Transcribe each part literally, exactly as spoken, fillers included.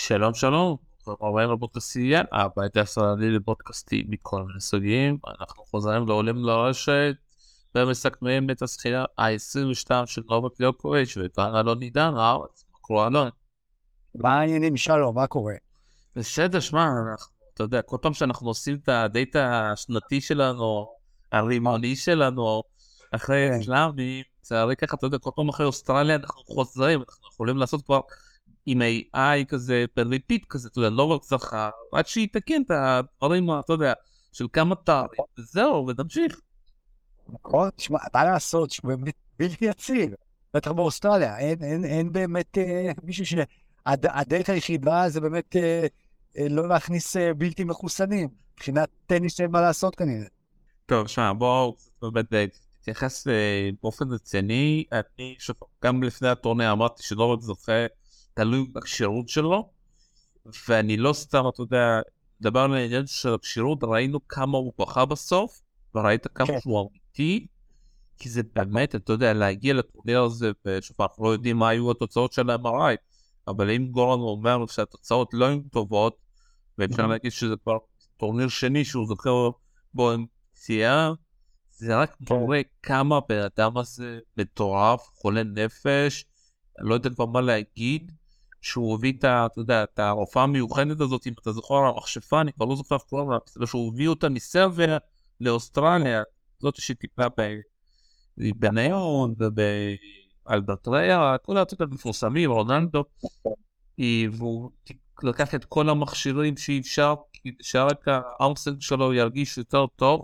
שלום שלום, עוברים לפודקאסטייה, הבית הישראלי לפודקאסטים מכל מיני סוגים. אנחנו חוזרים לעולים לרשת ומסכמים את הזכייה ה-עשרים ושתיים של נובק יוקוביץ' וכאן אלון עידן הארץ. מה קורה אלון? מה העניינים שלום, מה קורה? בסדר, שמע, אנחנו, אתה יודע, כל פעם שאנחנו עושים את הדייט השנתי שלנו, הרימוני שלנו, אחרי שלבים, זה הרי ככה, אתה יודע, כל פעם אחרי אוסטרליה אנחנו חוזרים, אנחנו יכולים לעשות כבר עם איי איי כזה, בריפיט כזה, אתה יודע, לא רק זכה, עד שיתקן את הדברים, אתה יודע, של כמה תארים, וזהו, ונמשיך. נכון, תשמע, מה לעשות, שהוא באמת בלתי יציב, בטח באוסטרליה, אין, אין, אין באמת אה, מישהו שהדרך היחידה זה באמת אה, אה, לא להכניס אה, בלתי מחוסנים, מבחינת טניס אין מה לעשות כנראה. טוב, שמע, בואו, באמת, תתייחס באופן רציני, אני, גם לפני הטורניר אמרתי שלא רק זוכה, תלוי בכשירות שלו, ואני לא סתם, אתה יודע, דבר על העניין של הכשירות, ראינו כמה הוא בכה בסוף, וראית כמה כן. שהוא אמיתי, כי זה באמת, אתה יודע, להגיע לטורניר הזה, ושוב, אנחנו לא יודעים מה היו התוצאות של ה-אם אר איי, אבל אם גורן אומר שהתוצאות לא היו טובות, ואפשר להגיד שזה כבר טורניר שני שהוא זוכר בו עם פציעה, זה רק מראה כמה בן אדם הזה מטורף, חולה נפש, אני לא יודע כבר מה להגיד, שהוא הביא את, אתה יודע, את הרופאה המיוחדת הזאת, אם אתה זוכר, המכשפה, אני כבר לא זוכר כבר, שהוא הביא אותה מסרביה לאוסטרליה, זאת שטיפה בניון ובאלברטריה, כל הארצות המפורסמים, רונלדו, והוא לקח את כל המכשירים שאפשר, שרק הארסנל שלו ירגיש יותר טוב,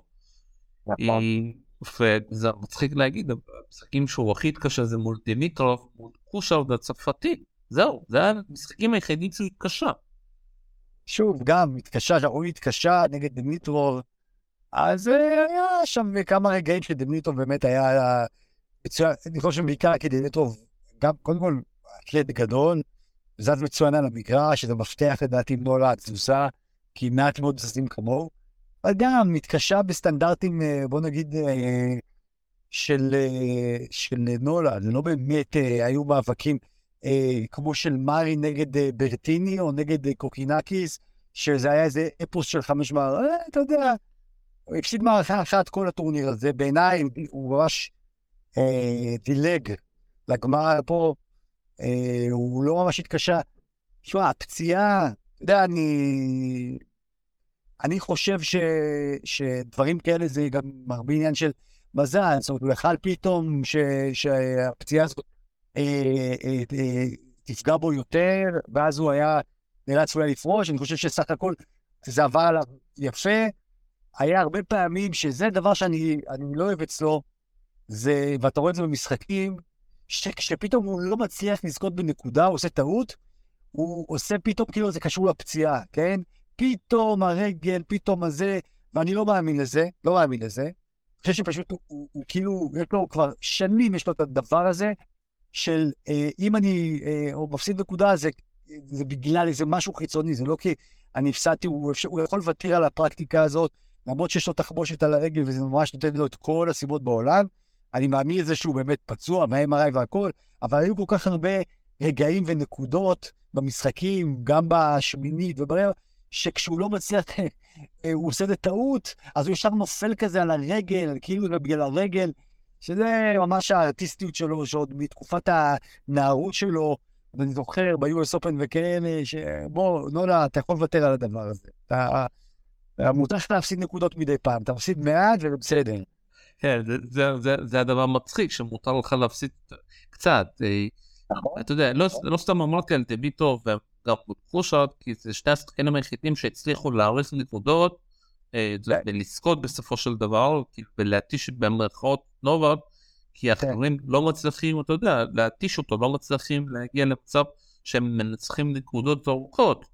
וזה מצחיק להגיד, המשחקים שהוא הכי התקשה זה מול דימיטרוב, מול קושארד הצרפתי, זהו, זה המשחקים היחידים שהוא התקשה. שוב, גם התקשה, הוא התקשה נגד דימיטרוב, אז היה שם כמה רגעים שדימיטרוב באמת היה מצוין, אני חושב שבעיקר כי דימיטרוב, גם קודם כל, אתלט גדול, זז מצוין על המגרש, שזה מפתח לדעתי לא לתזוזה, כי מעט מאוד זזים כמוהו, אבל גם מתקשה בסטנדרטים, בוא נגיד, של, של נולה, זה לא באמת היו מאבקים כמו של מרי נגד ברטיני או נגד קוקינקיס, שזה היה איזה אפוס של חמש מערכות, אתה יודע, הוא הפסיד מערכה אחת כל הטורניר הזה, בעיניי הוא ממש אה, דילג לגמר פה, אה, הוא לא ממש התקשה. תשמע, הפציעה, אתה יודע, אני, אני חושב ש, שדברים כאלה זה גם הרבה עניין של מזל, זאת אומרת, הוא יכל פתאום ש, שהפציעה הזאת אה, אה, אה, תפגע בו יותר, ואז הוא היה נאלץ אולי לפרוש, אני חושב שסך הכל זה עבר עליו יפה, היה הרבה פעמים שזה דבר שאני אני לא אוהב אצלו, זה, ואתה רואה את זה במשחקים, שכשפתאום הוא לא מצליח לזכות בנקודה, הוא עושה טעות, הוא עושה פתאום כאילו זה קשור לפציעה, כן? פתאום הרגל, פתאום הזה, ואני לא מאמין לזה, לא מאמין לזה. אני חושב שפשוט הוא, הוא, הוא כאילו, יש לו כבר שנים, יש לו את הדבר הזה, של אה, אם אני אה, או מפסיד נקודה, זה, זה בגלל איזה משהו חיצוני, זה לא כי אני הפסדתי, הוא, הוא יכול לוותר על הפרקטיקה הזאת, למרות שיש לו תחבושת על הרגל, וזה ממש נותן לו את כל הסיבות בעולם. אני מאמין לזה שהוא באמת פצוע, מה-אם אר איי והכל, אבל היו כל כך הרבה רגעים ונקודות במשחקים, גם בשמינית וברר, שכשהוא לא מצליח, הוא עושה את טעות, אז הוא ישר נופל כזה על הרגל, כאילו בגלל הרגל, שזה ממש הארטיסטיות שלו, שעוד מתקופת הנערות שלו, ואני זוכר ב-יו אס Open וכאלה, שבוא, נולה, אתה יכול לוותר על הדבר הזה. אתה... מותר לך להפסיד נקודות מדי פעם, אתה מפסיד מעט ובסדר. כן, זה, זה, זה, זה הדבר מצחיק, שמותר לך להפסיד קצת. אתה יודע, לא, לא סתם אמרתי על דימיטרוב וגם קושארד, כי זה שני השחקנים היחידים שהצליחו להריץ נקודות, ולזכות בסופו של דבר, ולהתיש במרכאות נובק, כי האחרים לא מצליחים, אתה יודע, להתיש אותו, לא מצליחים להגיע למצב שהם מנצחים נקודות ארוכות.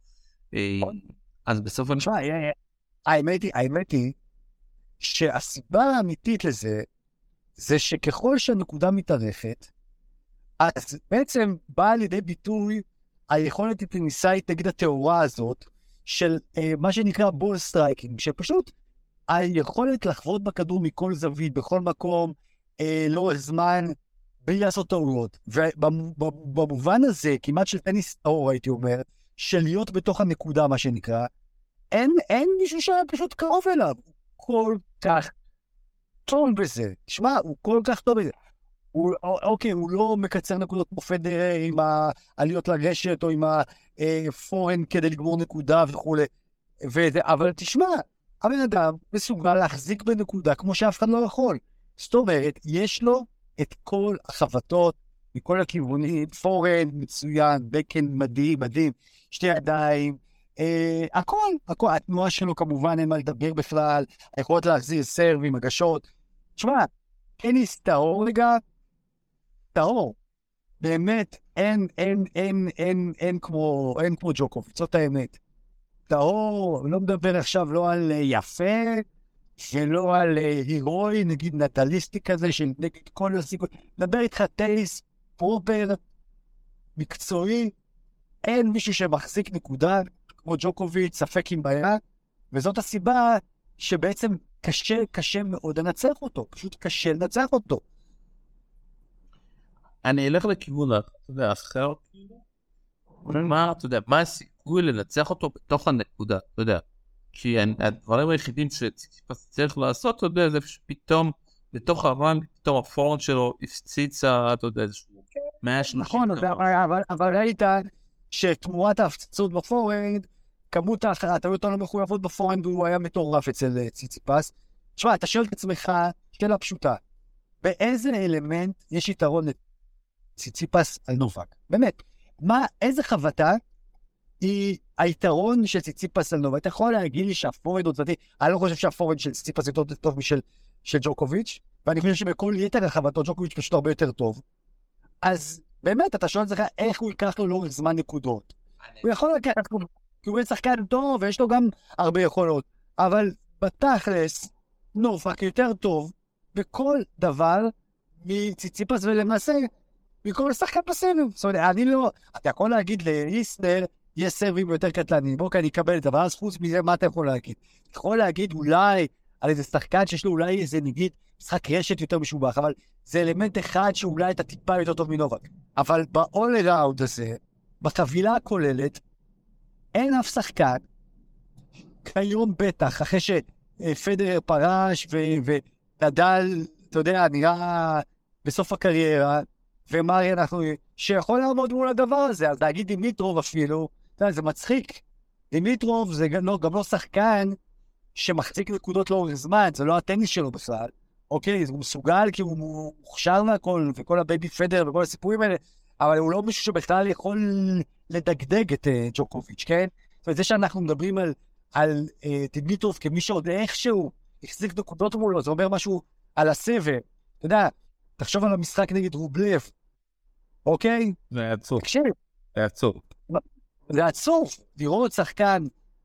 אז בסוף אני... האמת היא, האמת היא, שהסיבה האמיתית לזה, זה שככל שהנקודה מתארכת, אז בעצם באה לידי ביטוי היכולת הטניסאית נגד התיאורה הזאת, של אה, מה שנקרא בול סטרייקינג, שפשוט היכולת לחוות בכדור מכל זווית, בכל מקום, אה, לאורך זמן, בלי לעשות טעויות. ובמובן הזה, כמעט של טניס טהור, הייתי אומר, של להיות בתוך הנקודה, מה שנקרא, אין, אין מישהו שהיה פשוט קרוב אליו. הוא כל כך טוב בזה. תשמע, הוא כל כך טוב בזה. הוא, אוקיי, הוא לא מקצר נקודות כמו פדרר עם העליות לרשת, או עם הפורן כדי לגמור נקודה וכו'. אבל תשמע, הבן אדם מסוגל להחזיק בנקודה כמו שאף אחד לא יכול. זאת אומרת, יש לו את כל החבטות מכל הכיוונים, פורן מצוין, בקן מדהים, מדהים, שתי ידיים, אה, הכל, הכל, התנועה שלו כמובן אין מה לדבר בכלל, היכולת להחזיר סרבים, הגשות. תשמע, טניס טהור רגע, טהור. באמת, אין, אין, אין, אין, אין כמו, אין כמו ג'וקוביץ', זאת האמת. טהור, לא מדבר עכשיו לא על יפה, ולא על הירואי, נגיד נטליסטי כזה, של נגד כל הסיכוי. מדבר איתך טניס פרופר, מקצועי, אין מישהו שמחזיק נקודה, כמו ג'וקוביץ', ספק עם בעיה, וזאת הסיבה שבעצם קשה, קשה מאוד לנצח אותו, פשוט קשה לנצח אותו. אני אלך לכיוון, אתה יודע, אחר, מה, אתה יודע, מה הסיכוי לנצח אותו בתוך הנקודה, אתה יודע, כי הדברים היחידים שציציפס צריך לעשות, אתה יודע, זה פתאום, בתוך הרן, פתאום הפורנד שלו הפציצה, אתה יודע, איזשהו מאה שלושים. נכון, אבל ראית שתמורת ההפצצות בפורנד, כמות ההטעויות הלא מחויבות בפורנד הוא היה מטורף אצל ציציפס. תשמע, אתה שואל את עצמך, שאלה פשוטה, באיזה אלמנט יש יתרון לציציפס על נובק? באמת, מה, איזה חבטה היא היתרון של ציציפס על נובק? אתה יכול להגיד לי שהפורנד עוד זאתי, אני לא חושב שהפורנד של ציציפס יותר טוב משל של ג'וקוביץ', ואני חושב שבכל יתר החבטות ג'וקוביץ' פשוט הרבה יותר טוב. אז באמת, אתה שואל את עצמך איך הוא ייקח לו לאורך זמן נקודות. הוא יכול לקחת, כי הוא שחקן טוב, ויש לו גם הרבה יכולות, אבל בתכלס, נובק יותר טוב בכל דבר מציציפס, ולמעשה, מכל שחקן בסבב. זאת אומרת, אני לא, אתה יכול להגיד לאיסנר, יש סרבים יותר קטלניים, בואו, כי אני אקבל את זה, אבל אז חוץ מזה, מה אתה יכול להגיד? אתה יכול להגיד אולי על איזה שחקן שיש לו אולי איזה, נגיד, משחק רשת יותר משובח, אבל זה אלמנט אחד שאולי אתה טיפה יותר טוב מנובק. אבל ב-all around הזה, בחבילה הכוללת, אין אף שחקן, כיום בטח, אחרי שפדרר פרש ונדל, אתה יודע, נראה בסוף הקריירה, ומרי אנחנו, שיכול לעמוד מול הדבר הזה, אז להגיד דימיטרוב אפילו, אתה יודע, זה מצחיק. דימיטרוב זה גם לא, גם לא שחקן שמחזיק נקודות לאורך זמן, זה לא הטניס שלו בכלל. אוקיי, הוא מסוגל כי הוא מוכשר מהכל, וכל הבייבי פדר וכל הסיפורים האלה, אבל הוא לא מישהו שבכלל יכול לדגדג את uh, ג'וקוביץ', כן? זאת אומרת, זה שאנחנו מדברים על, על uh, דימיטרוב כמי שעוד איכשהו החזיק נקודות מולו, זה אומר משהו על הסבב. אתה יודע, תחשוב על המשחק נגד רובלב, אוקיי? זה היה עצוב. תקשיב. זה היה עצוב. זה עצוב. לראות שחקן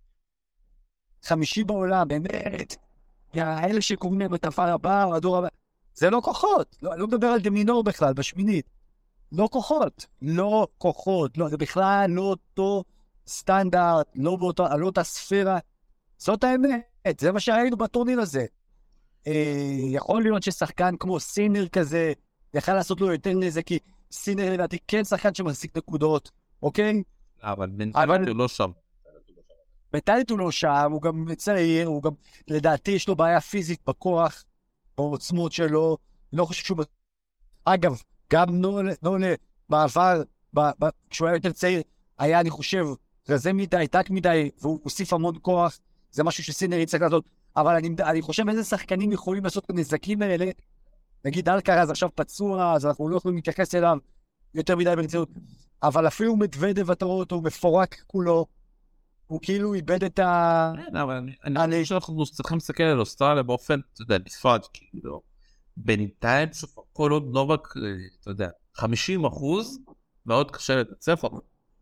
חמישי בעולם, באמת, האלה שקוראים להם בתפר הבא, או הדור הבא, זה לא כוחות. לא, לא מדבר על דמינור בכלל, בשמינית. לא כוחות. לא כוחות. לא, זה בכלל לא אותו סטנדרט, לא באותו, לא אותה ספירה. זאת האמת. זה מה שראינו בטורניר הזה. אה, יכול להיות ששחקן כמו סינר כזה, יכל לעשות לו יותר נזק, כי סינר לדעתי כן שחקן שמחזיק נקודות, אוקיי? אבל בינתיים הוא לא שם. בינתיים הוא לא שם, הוא גם צעיר, הוא גם, לדעתי יש לו בעיה פיזית בכוח, בעוצמות שלו, לא חושב שהוא... אגב, גם נולה, בעבר, כשהוא היה יותר צעיר, היה, אני חושב, רזה מדי, טק מדי, והוא הוסיף המון כוח, זה משהו שסינר יצטרך לעשות, אבל אני, אני חושב איזה שחקנים יכולים לעשות את הנזקים האלה, נגיד אלקרז עכשיו פצוע, אז אנחנו לא יכולים להתייחס אליו יותר מדי ברצינות, אבל אפילו מדוודב, אתה רואה אותו, הוא מפורק כולו, הוא כאילו איבד את ה... כן, אבל אני חושב שאנחנו צריכים להסתכל על אוסטרליה באופן, אתה יודע, נפרד, כאילו, בינתיים שוב, כל עוד נובק, אתה יודע, חמישים אחוז, מאוד קשה לנצח אותו.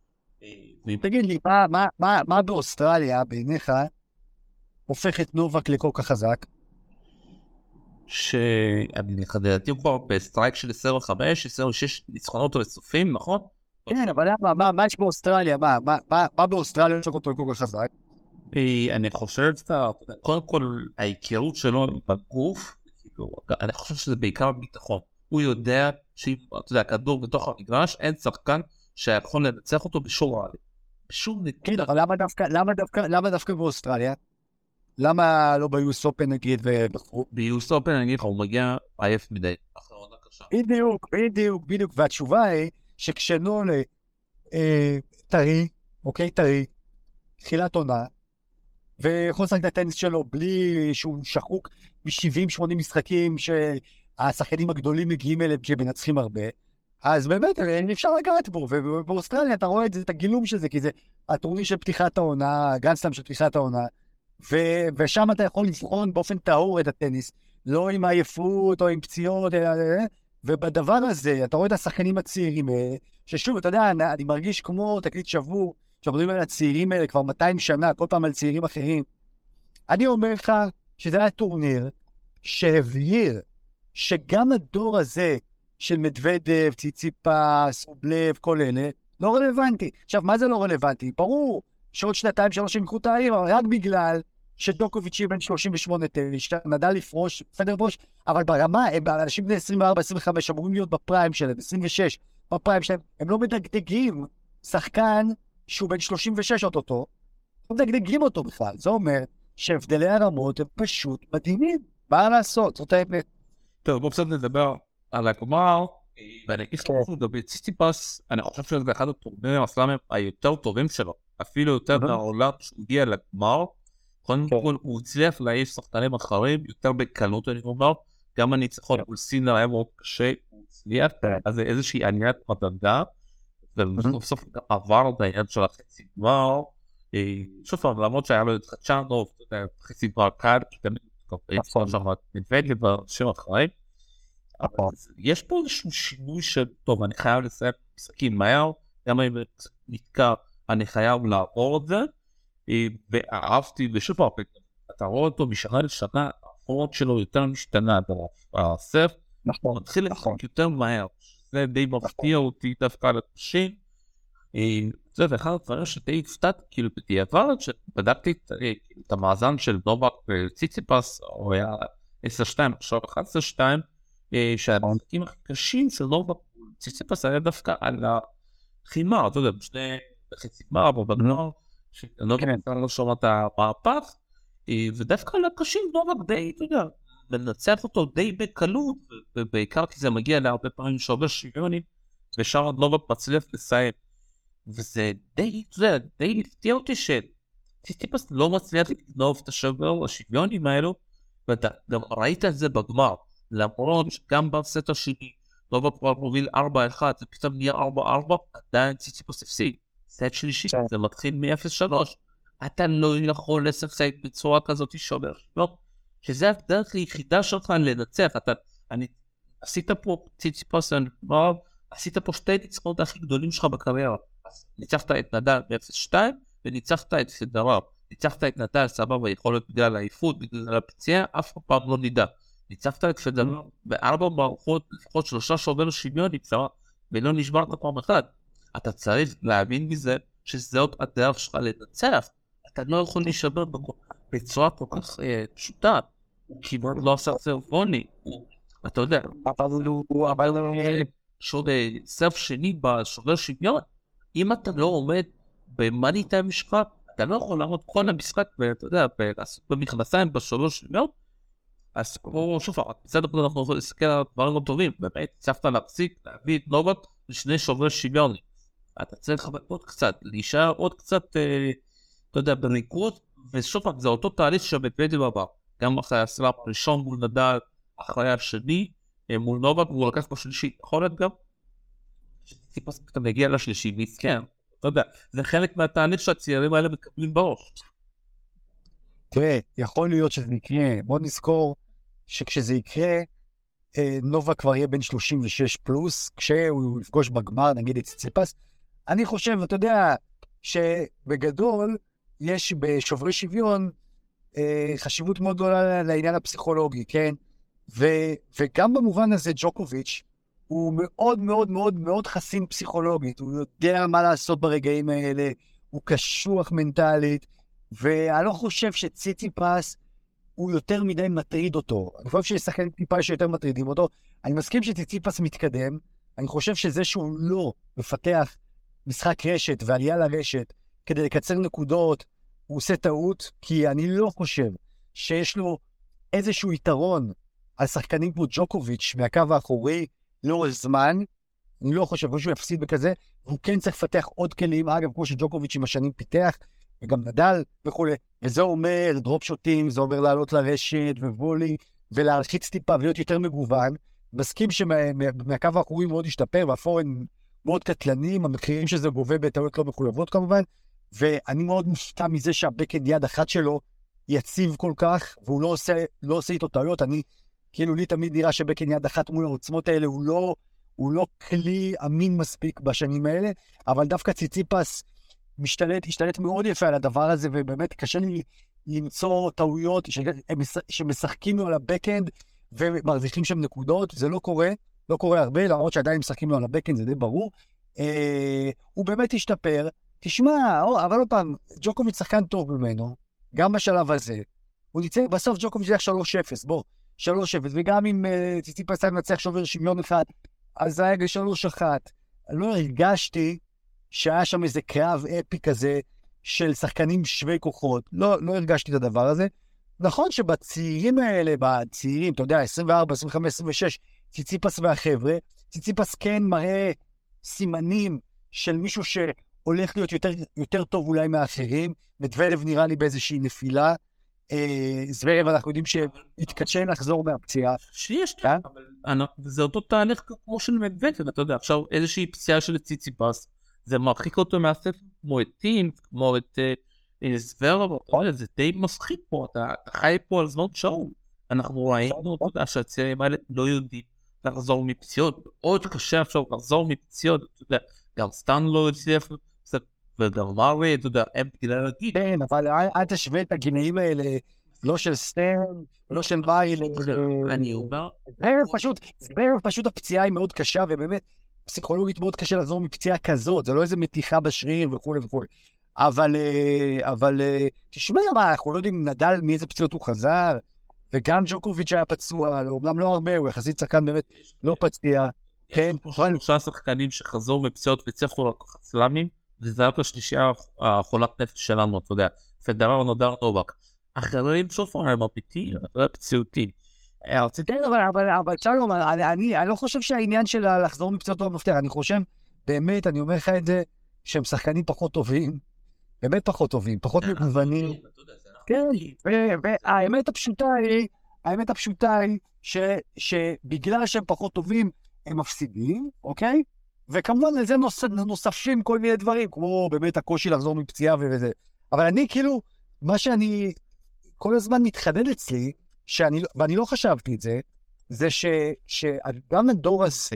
תגיד לי, מה, מה, מה, מה באוסטרליה, בעיניך, הופך את נובק לכל כך חזק? שאני לדעתי הוא כבר בסטרייק של עשרים וחמש, עשרים ושש ניצחונות רצופים, נכון? כן, אבל מה, מה, מה יש באוסטרליה? מה, מה, מה, מה באוסטרליה יש אותו כל כך חזק? אני חושב שאתה, קודם כל, ההיכרות שלו בגוף, אני חושב שזה בעיקר ביטחון. הוא יודע שאם, אתה יודע, הכדור בתוך המגרש, אין שחקן שיכול לנצח אותו בשום רעלי. בשום כן, נקודה. אבל למה דווקא, למה דווקא, למה דווקא באוסטרליה? למה לא ב-יו אס Open נגיד ובחרו? ב-יו אס Open אני אגיד לך, הוא מגיע עייף מדי, אחרי עונה קשה. בדיוק, בדיוק, בדיוק, והתשובה היא שכשנולה אה, טרי, אוקיי, טרי, תחילת עונה, ויכול לשחק את הטניס שלו בלי שהוא שחוק מ-שבעים שמונים משחקים שהשחקנים הגדולים מגיעים אליהם כשמנצחים הרבה, אז באמת אי אפשר לגעת בו, ובאוסטרליה אתה רואה את זה, את הגילום של זה, כי זה הטורניר של פתיחת העונה, גרנדסלאם של פתיחת העונה, ו- ושם אתה יכול לבחון באופן טהור את הטניס, לא עם עייפות או עם פציעות, ובדבר הזה אתה רואה את השחקנים הצעירים, ששוב, אתה יודע, אני מרגיש כמו תקליט שבור, שמדברים על הצעירים האלה כבר מאתיים שנה, כל פעם על צעירים אחרים. אני אומר לך שזה היה טורניר שהבהיר שגם הדור הזה של מדוודב, ציציפס, רובלב, כל אלה, לא רלוונטי. עכשיו, מה זה לא רלוונטי? ברור שעוד שנתיים, שלוש הם יקחו את העיר, רק בגלל שדוקוביץ' בן שלושים ושמונה תשע, נדל לפרוש, פדר פרוש, אבל ברמה, הם אנשים בני עשרים וארבע עשרים וחמש אמורים להיות בפריים שלהם, עשרים ושש, בפריים שלהם, הם לא מדגדגים שחקן שהוא בן שלושים ושש אותו, לא מדגדגים אותו בכלל. זה אומר שהבדלי הרמות הם פשוט מדהימים. מה לעשות? זאת האמת. טוב, בואו קצת נדבר על הגמר, ואני אגיד לך לגבי ציציפס, אני חושב שזה אחד הטורנירים הסלאמים היותר טובים שלו, אפילו יותר מהעולם שהוא הגיע לגמר. קודם כל הוא הצליח להעיף שחקנים אחרים יותר בקלות, אני אומר, גם הניצחון מול סינר היה מאוד קשה, הוא הצליח, אז זה איזושהי עניית מדרגה, ובסוף סוף עבר את העניין של החצי גמר, שוב פעם, למרות שהיה לו את חדשנוב, חצי גמר קל, נכון שם מדוודב ואנשים אחרים, יש פה איזשהו שינוי של, טוב, אני חייב לסיים משחקים מהר, גם אם נתקע, אני חייב לעבור את זה, ואהבתי, ושוב פעם, אתה רואה אותו משנה לשנה, הפורט שלו יותר משתנה בסף, הוא מתחיל לחוק יותר מהר, זה די מפתיע אותי דווקא על התשים, זה ואחד הדברים שדי הפתעת, כאילו בדיעבד, שבדקתי את המאזן של נובק וציציפס, הוא היה עשר שתיים, עכשיו אחת עשרה שתיים, שהמשחקים הכי קשים של נובק וציציפס היה דווקא על החימר, אתה יודע, בשני חצי גמר, אבל בגמר, שנובק לא שומע את המהפך, ודווקא על הקשים נובק די, אתה יודע, מנצח אותו די בקלות, ובעיקר כי זה מגיע להרבה פעמים שובר שוויונים, ושאר נובק מצליח לסיים. וזה די, זה די הפתיע אותי שציציפס לא מצליח לגנוב את השובר השוויונים האלו, ואתה גם ראית את זה בגמר, למרות שגם בסט השני, נובק כבר מוביל ארבע אחת, זה פתאום נהיה ארבע ארבע, עדיין ציציפס הפסיד. סט שלישי, זה מתחיל מ-אפס שלוש, אתה לא יכול לשחק בצורה כזאת שובר, לא, שזה הדרך היחידה שלך לנצח, אתה, אני, עשית פה ציציפס, עשית פה שתי ניצחונות הכי גדולים שלך בקריירה, ניצחת את נדל ב-אפס שתיים, וניצחת את פדרר, ניצחת את נדל סבבה, יכול להיות בגלל העיפות, בגלל הפציעה, אף פעם לא נידע, ניצחת את פדרר, בארבע מערכות, לפחות שלושה שובר שוויון נקצרה, ולא נשברת פעם אחת, אתה צריך להבין מזה, שזאת הדרך שלך לנצח, אתה לא יכול להישבר בצורה כל כך פשוטה, הוא כמעט לא עשה סרפוני, אתה יודע, אבל הוא שעוד סרף שני בשובר שוויון, אם אתה לא עומד במאני טיים שלך, אתה לא יכול לעמוד כל המשחק, ואתה יודע, במכנסיים בשובר שוויון, אז פה שוב, בסדר כלל אנחנו יכולים להסתכל על דברים לא טובים, באמת הצלחת להפסיק, להביא את נובק לשני שוברי שוויון, אתה צריך עוד קצת, להישאר עוד קצת, אתה יודע, בניקוד, ושוב פעם, זה אותו תהליך שמדוודב הבא, גם אחרי הסלאם הראשון מול נדל, אחרי השני, מול נובק, הוא לקח בשלישי, יכול להיות גם, שציציפס פתאום הגיע לשלישי, והזכר, אתה יודע, זה חלק מהתהליך שהצעירים האלה מקבלים בראש. תראה, יכול להיות שזה יקרה, בוא נזכור שכשזה יקרה, נובק כבר יהיה בין שלושים ושש פלוס, כשהוא יפגוש בגמר, נגיד את ציציפס, אני חושב, אתה יודע, שבגדול יש בשוברי שוויון חשיבות מאוד גדולה לעניין הפסיכולוגי, כן? ו- וגם במובן הזה ג'וקוביץ' הוא מאוד מאוד מאוד מאוד חסין פסיכולוגית, הוא יודע מה לעשות ברגעים האלה, הוא קשוח מנטלית, ואני לא חושב שציציפס הוא יותר מדי מטריד אותו. אני חושב שיש שחקנים טיפה שיותר מטרידים אותו. אני מסכים שציציפס מתקדם, אני חושב שזה שהוא לא מפתח משחק רשת ועלייה לרשת כדי לקצר נקודות, הוא עושה טעות, כי אני לא חושב שיש לו איזשהו יתרון על שחקנים כמו ג'וקוביץ' מהקו האחורי, לאורך זמן, אני לא חושב שהוא יפסיד בכזה, והוא כן צריך לפתח עוד כלים, אגב, כמו שג'וקוביץ' עם השנים פיתח, וגם נדל וכו'. וזה אומר דרופ שוטים, זה אומר לעלות לרשת וולי, ולהלחיץ טיפה ולהיות יותר מגוון. מסכים שמהקו האחורי מאוד השתפר, והפורן מאוד קטלנים, המחירים שזה גובה בטעויות לא מחויבות כמובן, ואני מאוד מופתע מזה שהבקאנד יד אחת שלו יציב כל כך, והוא לא עושה, לא עושה איתו טעויות. אני, כאילו לי תמיד נראה שבקאנד יד אחת מול העוצמות האלה, הוא לא, הוא לא כלי אמין מספיק בשנים האלה, אבל דווקא ציציפס משתלט, השתלט מאוד יפה על הדבר הזה, ובאמת קשה לי למצוא טעויות שמשחקים לו על הבקאנד, ומרוויחים שם נקודות. זה לא קורה, לא קורה הרבה, למרות שעדיין משחקים לו על הבקאנד, זה די ברור. אה, הוא באמת השתפר. תשמע, או, אבל עוד פעם, ג'וקוביץ' שחקן טוב ממנו, גם בשלב הזה. הוא ניצח, בסוף ג'וקוביץ' ילך שלוש אפס, בוא, שלוש אפס, וגם אם uh, ציציפס מנצח שובר שוויון אחד, אז זה היה שלוש אחת. לא הרגשתי שהיה שם איזה קרב אפי כזה של שחקנים שווי כוחות. לא, לא הרגשתי את הדבר הזה. נכון שבצעירים האלה, בצעירים, אתה יודע, עשרים וארבע, עשרים וחמש, עשרים ושש, ציציפס והחבר'ה, ציציפס כן מראה סימנים של מישהו שהולך להיות יותר, יותר טוב אולי מאחרים. מדוודב נראה לי באיזושהי נפילה. אה, זוורב, אנחנו יודעים שהתקשה לחזור מהפציעה. שיש, אבל זה אותו תהליך כמו של מדוודב, אתה יודע, עכשיו איזושהי פציעה של ציציפס, זה מרחיק אותו מהספר כמו את טים, כמו את זוורב, זה די מסחיק פה, אתה חי פה על זמן שאול. אנחנו ראינו, אתה יודע, שהצעירים האלה לא יודעים לחזור מפציעות, מאוד קשה עכשיו לחזור מפציעות, אתה יודע, גם סטן לא הצליח, וגם מרי, אתה יודע, הם כדי להגיד. כן, אבל אל תשווה את הגינאים האלה, לא של סטן, לא של מרי. אני אומר. בערב פשוט הפציעה היא מאוד קשה, ובאמת, פסיכולוגית מאוד קשה לחזור מפציעה כזאת, זה לא איזה מתיחה בשריר וכו' וכו'. אבל, אבל, תשמע מה, אנחנו לא יודעים נדל מאיזה פציעות הוא חזר, וגם ג'וקוביץ' היה פצוע, אומנם לא הרבה, הוא יחסית שחקן באמת לא פציע. כן, שלושה שחקנים שחזרו מפציעות וצריכו לקחת סלאמים, וזה היה השלישייה החולת נפש שלנו, אתה יודע, פדרר, נדל, נובק. אחרים סוף הם אמיתיים, פציעותיים. אבל שלום, אני לא חושב שהעניין של לחזור מפציעות הוא המפתח, אני חושב, באמת, אני אומר לך את זה, שהם שחקנים פחות טובים, באמת פחות טובים, פחות מגוונים. כן, והאמת הפשוטה היא, האמת הפשוטה היא, שבגלל שהם פחות טובים, הם מפסידים, אוקיי? וכמובן על זה נוספים כל מיני דברים, כמו באמת הקושי לחזור מפציעה וזה. אבל אני כאילו, מה שאני כל הזמן מתחדד אצלי, שאני, ואני לא חשבתי את זה, זה ש, שגם הדור הזה,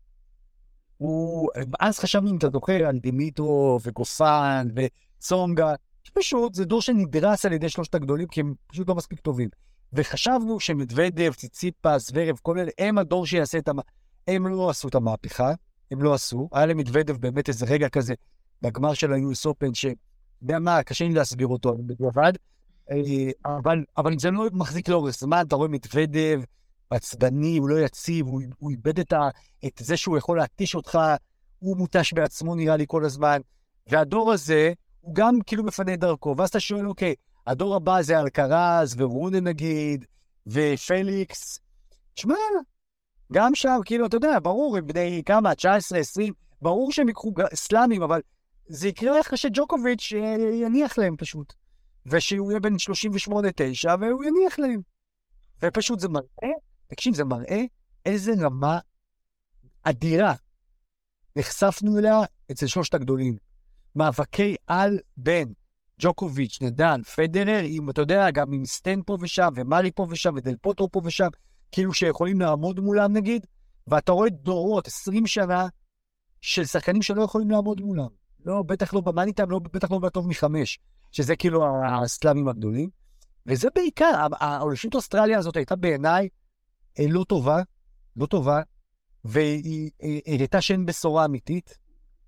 הוא, אז חשבנו אם אתה זוכר על דימיטרו וגוסן וצונגה, פשוט זה דור שנדרס על ידי שלושת הגדולים, כי הם פשוט לא מספיק טובים. וחשבנו שמדוודב, ציציפס, זוורב, כל אלה, הם הדור שיעשה את המ... הם לא עשו את המהפכה, הם לא עשו. היה למדוודב באמת איזה רגע כזה, בגמר של ה-יו אס Open, יודע מה, קשה לי להסביר אותו, בדיעבד, אבל, אבל זה לא מחזיק לאורך זמן, אתה רואה מדוודב, עצבני, הוא לא יציב, הוא, הוא איבד את, ה, את זה שהוא יכול להתיש אותך, הוא מותש בעצמו נראה לי כל הזמן, והדור הזה, הוא גם כאילו מפנה דרכו, ואז אתה שואל, אוקיי, הדור הבא זה אלקרז, ורונן נגיד, ופליקס, תשמע, גם שם, כאילו, אתה יודע, ברור, הם בני כמה, תשע עשרה, עשרים, ברור שהם יקחו סלאמים, אבל זה יקרה אחרי שג'וקוביץ' יניח להם פשוט, ושהוא יהיה בין שלושים ושמונה תשע, והוא יניח להם. ופשוט זה מראה, תקשיב, זה מראה איזה רמה אדירה נחשפנו אליה אצל שלושת הגדולים. מאבקי על בין ג'וקוביץ', נדל, פדרר, עם, אתה יודע, גם עם סטן פה ושם, ומרי פה ושם, ודל פוטרו פה ושם, כאילו שיכולים לעמוד מולם נגיד, ואתה רואה דורות, עשרים שנה, של שחקנים שלא יכולים לעמוד מולם. לא, בטח לא במאניטם, לא, בטח לא בטוב מחמש, שזה כאילו הסלאמים הגדולים. וזה בעיקר, האוליפיות אוסטרליה הזאת הייתה בעיניי לא טובה, לא טובה, והיא הייתה שאין בשורה אמיתית,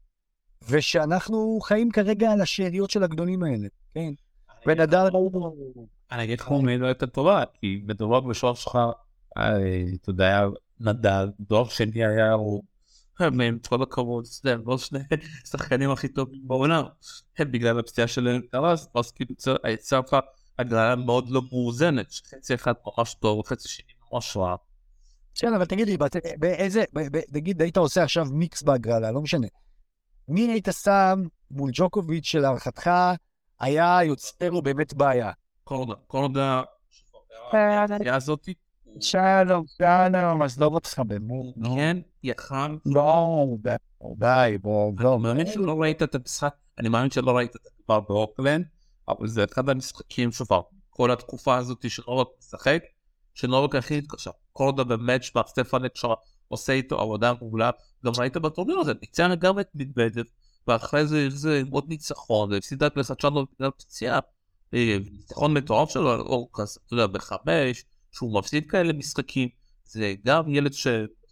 ושאנחנו חיים כרגע על השאריות של הגדולים האלה, כן? ונדל... אני אגיד לך מי לא הייתה טובה, כי מדובר בשור שלך, אתה יודע, נדל, דור שני היה הוא הם עם כל הכבוד, הם לא שני שחקנים הכי טובים בעולם, הם בגלל הפציעה שלהם קרס, אז כאילו היצא לך הגרלה מאוד לא מאוזנת, שחצי אחד ממש טוב, וחצי שני ממש רע. כן, אבל תגיד לי, באיזה, נגיד, היית עושה עכשיו מיקס בהגרלה, לא משנה. מי היית שם מול ג'וקוביץ' של הערכתך, היה יוצר לו באמת בעיה? קורדה, קורדה, הפציעה הזאת, שלום, שלום, אז לא רוצה באמת. כן, יחם. לא, די, בוא, אני מאמין שלא ראית את המשחק, אני מאמין שלא ראית את הדבר באוקלנד, אבל זה אחד המשחקים שופר, כל התקופה הזאת שנורק משחק, שנורק הכי התקשה, קורדה במאץ' סטפנק שעושה איתו עבודה מעולה, גם ראית בטורניר הזה, ניצח גם את מדוודב, ואחרי זה זה עוד ניצחון, והפסידה את לסצ'אנו בגלל פציעה, ניצחון מטורף שלו על אורקס, אתה יודע, בחמש, שהוא מפסיד כאלה משחקים, זה גם ילד ש...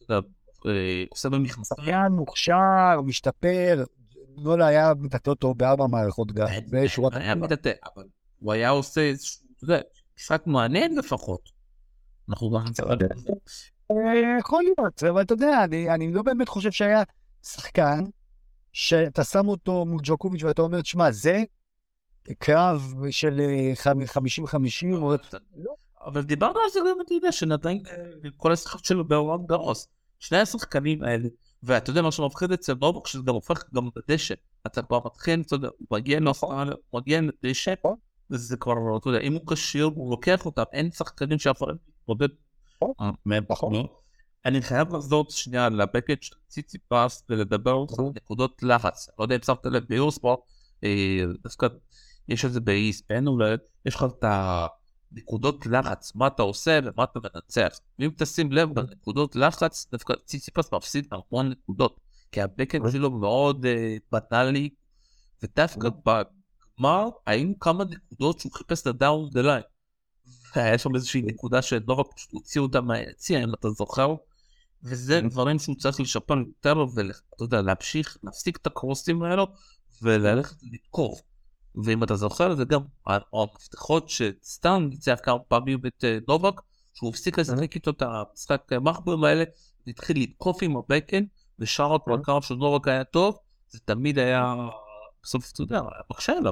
עושה במכנסה. שחקן מוכשר, משתפר, לא היה מתעטה אותו בארבע מערכות גם. היה מתעטה, אבל הוא היה עושה איזשהו, אתה יודע, משחק מעניין לפחות. אנחנו גם נצא לדעת. יכול להיות, אבל אתה יודע, אני לא באמת חושב שהיה שחקן, שאתה שם אותו מול ג'וקוביץ' ואתה אומר, תשמע, זה קרב של חמישים חמישים, אבל דיברנו על זה גם מדינה, שנתיים כל השחקות שלו בעולם גרוס. שני השחקנים האלה, ואתה יודע מה שמפחיד אצל נובק, שזה גם הופך גם בדשא. אתה כבר מתחיל, אתה יודע, הוא מגיע נופל, הוא מגיע לדשא, וזה כבר, אתה יודע, אם הוא קשיר, הוא לוקח אותם, אין שחקנים שיכולים להתמודד מהם. אני חייב לחזור שנייה לבקט של ציציפס, ולדבר על נקודות לחץ. לא יודע אם שמת לב ביורספורט, דווקא יש את זה באיספן, אולי יש לך את ה... נקודות לחץ, מה אתה עושה ומה אתה מנצח. ואם תשים לב בנקודות לחץ, דווקא ציציפס מפסיד המון נקודות, כי הבקן שלו מאוד בנאלי, ודווקא בגמר, היינו כמה נקודות שהוא חיפש לדאון דה ליין. היה שם איזושהי נקודה שנורא פשוט הוציאו אותה מהיציאה, אם אתה זוכר, וזה דברים שהוא צריך לשפר יותר, ואתה יודע, להמשיך, להפסיק את הקרוסים האלו, וללכת לתקוף. ואם אתה זוכר, זה גם המפתחות שסתם ניצח כמה פעמים את נובק, שהוא הפסיק לשחק איתו את המשחק מחברים האלה, התחיל לתקוף עם הבקן, ושאר הקרב של נובק היה טוב, זה תמיד היה, בסוף אתה יודע, היה מקשה אליו.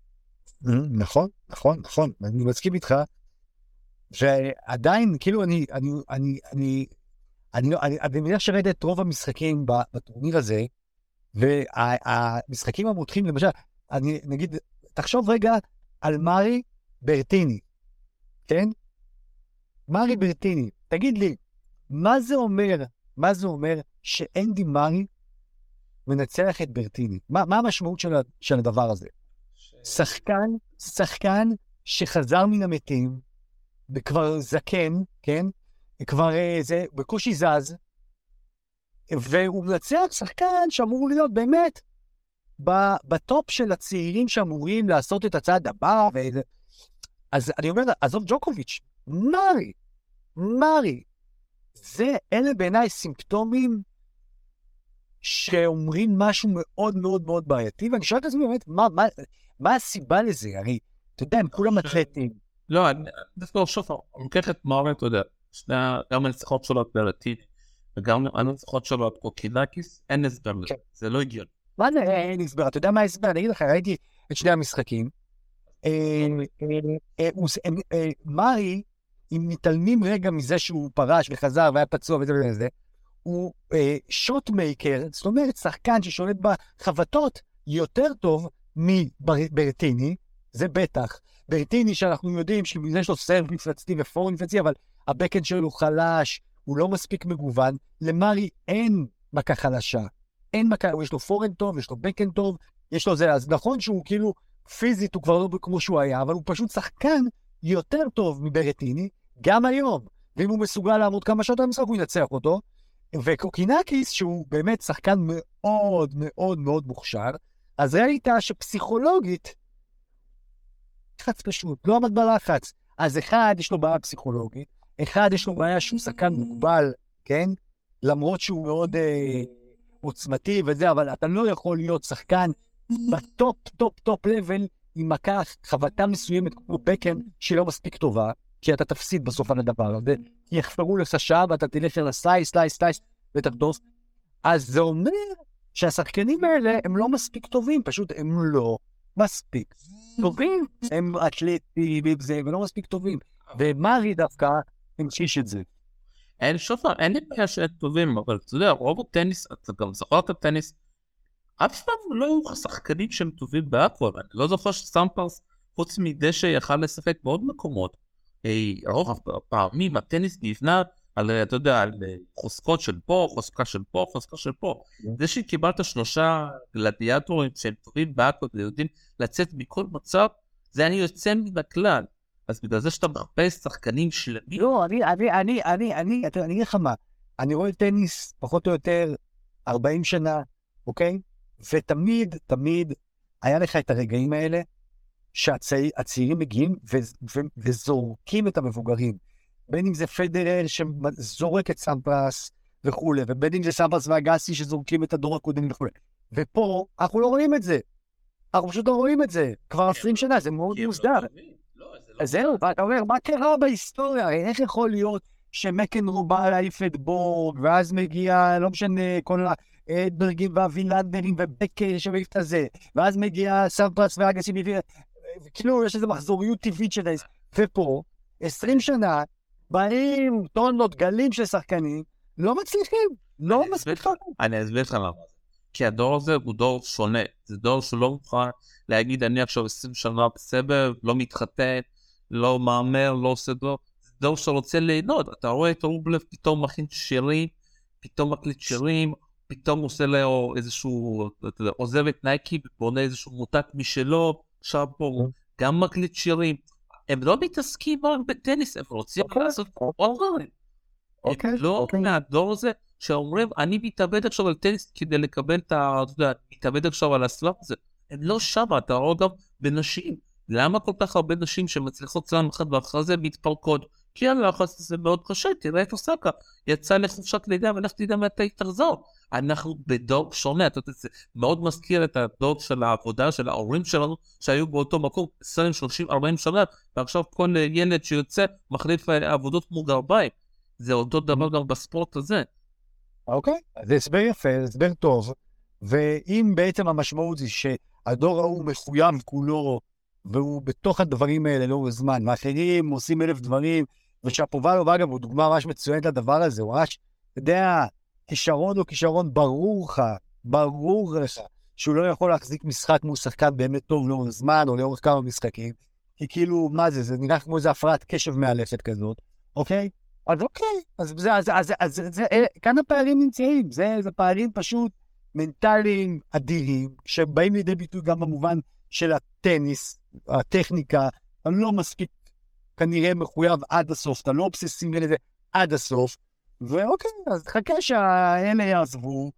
נכון, נכון, נכון, אני מסכים איתך, ועדיין, כאילו, אני, אני, אני, אני, אני, אני, אני מניח שראית את רוב המשחקים בטורניר הזה, והמשחקים המותחים, למשל, אני נגיד, תחשוב רגע על מארי ברטיני, כן? מארי ברטיני, תגיד לי, מה זה אומר, מה זה אומר שאנדי מארי מנצח את ברטיני? מה, מה המשמעות של, של הדבר הזה? ש... שחקן, שחקן שחזר מן המתים, וכבר זקן, כן? כבר זה, בקושי זז, והוא מנצח שחקן שאמור להיות באמת, בטופ של הצעירים שאמורים לעשות את הצעד הבא, ו... אז אני אומר, עזוב ג'וקוביץ', מארי, מארי, זה, אלה בעיניי סימפטומים שאומרים משהו מאוד מאוד מאוד בעייתי, ואני שואל את עצמי באמת, מה, מה, מה הסיבה לזה? הרי, אתה יודע, הם כולם אתלטים. לא, אני דווקא שוב, אני לוקח את מארי, אתה יודע, גם הניצחון שלו את ברטיני, וגם הניצחון שלו את קוקינקיס, אין הסבר לזה, זה לא הגיוני. מה זה אין הסבר? אתה יודע מה ההסבר? אני אגיד לך, ראיתי את שני המשחקים. מארי, אם מתעלמים רגע מזה שהוא פרש וחזר והיה פצוע וזה וזה, הוא שוט מייקר, זאת אומרת, שחקן ששולט בחבטות יותר טוב מברטיני, זה בטח. ברטיני שאנחנו יודעים שיש לו סרב מפלצתי ופורם מפלצתי, אבל הבקן שלו חלש, הוא לא מספיק מגוון. למארי אין מכה חלשה. אין מכה, יש לו פורן טוב, יש לו בקן טוב, יש לו זה, אז נכון שהוא כאילו פיזית הוא כבר לא כמו שהוא היה, אבל הוא פשוט שחקן יותר טוב מברטיני, גם היום, ואם הוא מסוגל לעמוד כמה שעות המשחק, הוא ינצח אותו, וקוקינקיס, שהוא באמת שחקן מאוד מאוד מאוד מוכשר, אז ראית שפסיכולוגית, לחץ פשוט, לא עמד בלחץ, אז אחד יש לו בעיה פסיכולוגית, אחד יש לו בעיה שהוא שחקן מוגבל, כן? למרות שהוא מאוד... אה, עוצמתי וזה, אבל אתה לא יכול להיות שחקן בטופ, טופ, טופ לבל, עם מכה חבטה מסוימת כמו בקן שהיא לא מספיק טובה, כי אתה תפסיד בסוף על הדבר הזה, יחפרו לך שעה ואתה תלך לסלייס, סלייס, סלייס, ותחדוס. אז זה אומר שהשחקנים האלה הם לא מספיק טובים, פשוט הם לא מספיק טובים. הם אתלטים, הם לא מספיק טובים. ומרי דווקא המשיש את זה. אין שוב, אין לי בעיה שהם טובים, אבל אתה יודע, רוב הטניס, אתה גם זוכר את הטניס, אף פעם לא היו שחקנים שהם טובים בהכל. אני לא זוכר שסמפרס, חוץ מדי שיכל לשחק בעוד מקומות. רוב הפעמים הטניס נבנה על, אתה יודע, על חוזקות של פה, חוזקה של פה, חוזקה של פה. זה שקיבלת שלושה גלדיאטורים שהם טובים בהכל, ויודעים לצאת מכל מצב, זה אני יוצא מן הכלל. אז בגלל זה שאתה מחפש שחקנים שלמים. לא, אני, אני, אני, אני, אני, אני אגיד לך מה, אני רואה טניס פחות או יותר ארבעים שנה, אוקיי? ותמיד, תמיד היה לך את הרגעים האלה שהצעירים מגיעים ו- ו- וזורקים את המבוגרים. בין אם זה פדרר שזורק את סמפרס וכו', ובין אם זה סמפרס ואגסי שזורקים את הדור הקודם וכו'. ופה אנחנו לא רואים את זה. אנחנו פשוט לא רואים את זה. כבר עשרים שנה, זה מאוד מוסדר. אז זהו, ואתה אומר, מה קרה בהיסטוריה? איך יכול להיות שמקנרו בא להעיף את בורג, ואז מגיע, לא משנה, כל האדברגים והווילנדרים ובקר שמעיף את הזה, ואז מגיע סמפרס ואגסי מביא, כאילו יש איזו מחזוריות טבעית של זה. ופה, עשרים שנה, באים טונות, גלים של שחקנים, לא מצליחים, לא מספיק טוב. אני אסביר לך למה. כי הדור הזה הוא דור שונה, זה דור שלא מוכן להגיד, אני עכשיו עשרים שנה בסבב, לא מתחתן, לא מאמר, לא עושה דור, זה דור שרוצה ליהנות. אתה רואה את רובלב פתאום מכין שירים, פתאום מקליט שירים, פתאום עושה לו איזשהו, אתה יודע, עוזב את נייקי, ובונה איזשהו מותק משלו, עכשיו פה גם מקליט שירים. הם לא מתעסקים רק בטניס, הם רוצים לעשות עוד דברים. הם לא מהדור הזה, שאומרים, אני מתאבד עכשיו על טניס כדי לקבל את ה... אתה יודע, מתאבד עכשיו על הסלאם הזה. הם לא שם, אתה רואה גם בנשים. למה כל כך הרבה נשים שמצליחות סלאם אחד ואחרי זה מתפרקות? כי הלחץ הזה מאוד קשה, תראה את אוסקה. יצא לחופשת לידה ולך תדע מתי היא תחזור. אנחנו בדור שונה, אתה יודע, זה מאוד מזכיר את הדור של העבודה של ההורים שלנו, שהיו באותו מקום עשרים, שלושים, ארבעים שנה, ועכשיו כל ילד שיוצא מחליף עבודות כמו גרביים. זה אותו דבר גם בספורט הזה. אוקיי, זה הסבר יפה, זה הסבר טוב, ואם בעצם המשמעות זה שהדור ההוא מחויב כולו, והוא בתוך הדברים האלה לא זמן, ואחרים עושים אלף דברים, ושהפובלוב אגב הוא דוגמה ממש מצוינת לדבר הזה, הוא ממש, אתה יודע, כישרון או כישרון ברור לך, ברור לך, שהוא לא יכול להחזיק משחק מול שחקן באמת טוב לאורך זמן, או לאורך כמה משחקים, כי כאילו, מה זה, זה נראה כמו איזה הפרעת קשב מאלפת כזאת, אוקיי? אז אוקיי, אז זה, אז, אז, אז, אז, כאן הפערים נמצאים, זה, זה פערים פשוט מנטליים אדירים, שבאים לידי ביטוי גם במובן של הטניס, הטכניקה, אתה לא מספיק כנראה מחויב עד הסוף, אתה לא אובססיבי לזה עד הסוף, ואוקיי, אז חכה שהאלה יעזבו,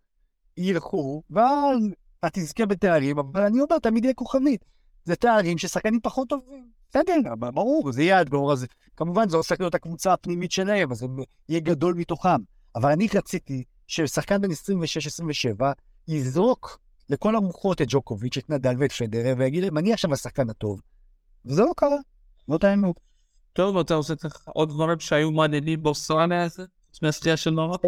ילכו, ואז אתה תזכה בתארים, אבל אני אומר, תמיד יהיה כוכבית, זה תארים ששחקנים פחות טובים. בסדר, ברור, זה יהיה הדגור הזה. כמובן, זה עושה להיות הקבוצה הפנימית שלהם, אז זה יהיה גדול מתוכם. אבל אני רציתי ששחקן בין עשרים ושש עשרים ושבע יזרוק לכל המוחות את ג'וקוביץ', את נדל ואת פדרר, ויגיד להם, אני עכשיו השחקן הטוב. וזה לא קרה, לא טענו. טוב, אתה עושה עוד דברים שהיו מעניינים באוסטרליה הזה? מהזכייה של נורת?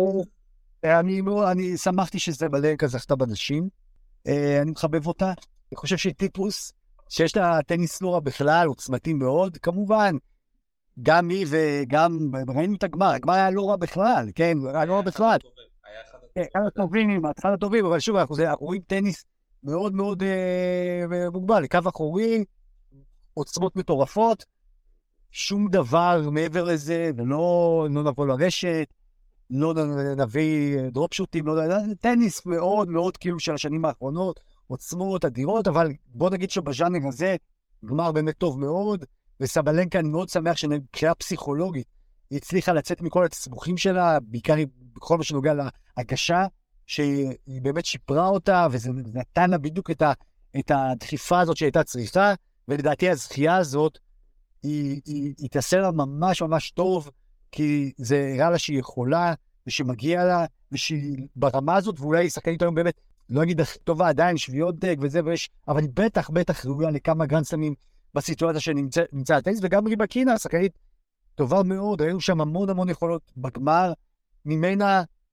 אני שמחתי שזה בלנקה זכתה בנשים. אני מחבב אותה. אני חושב שהיא טיפוס. שיש לה טניס לא רע בכלל, עוצמתי מאוד, כמובן, גם היא וגם, ראינו את הגמר, הגמר היה לא רע בכלל, כן, היה לא רע בכלל. היה אחד הטובים, אחד הטובים, אבל שוב, אנחנו רואים טניס מאוד מאוד מוגבל, קו אחורי, עוצמות מטורפות, שום דבר מעבר לזה, ולא נבוא לרשת, לא נביא דרופ שוטים, טניס מאוד מאוד כאילו של השנים האחרונות, עוצמות אדירות, אבל בוא נגיד שבז'אנר הזה גמר באמת טוב מאוד, וסבלנקה אני מאוד שמח שנקראה פסיכולוגית, היא הצליחה לצאת מכל התסבוכים שלה, בעיקר בכל מה שנוגע להגשה, שהיא באמת שיפרה אותה, וזה נתן לה בדיוק את, ה, את הדחיפה הזאת שהייתה צריכה, ולדעתי הזכייה הזאת, היא, היא, היא תעשה לה ממש ממש טוב, כי זה הראה לה שהיא יכולה, ושמגיע לה, ושהיא ברמה הזאת, ואולי היא שחקנית היום באמת, לא אגיד הכי טובה עדיין, שביעות דג וזה ויש, אבל היא בטח, בטח ראויה לכמה גרנדסלמים בסיטואציה שנמצא הטניס, וגם ריבקינה, שחקנית טובה מאוד, ראינו שם המון המון יכולות בגמר, ממנה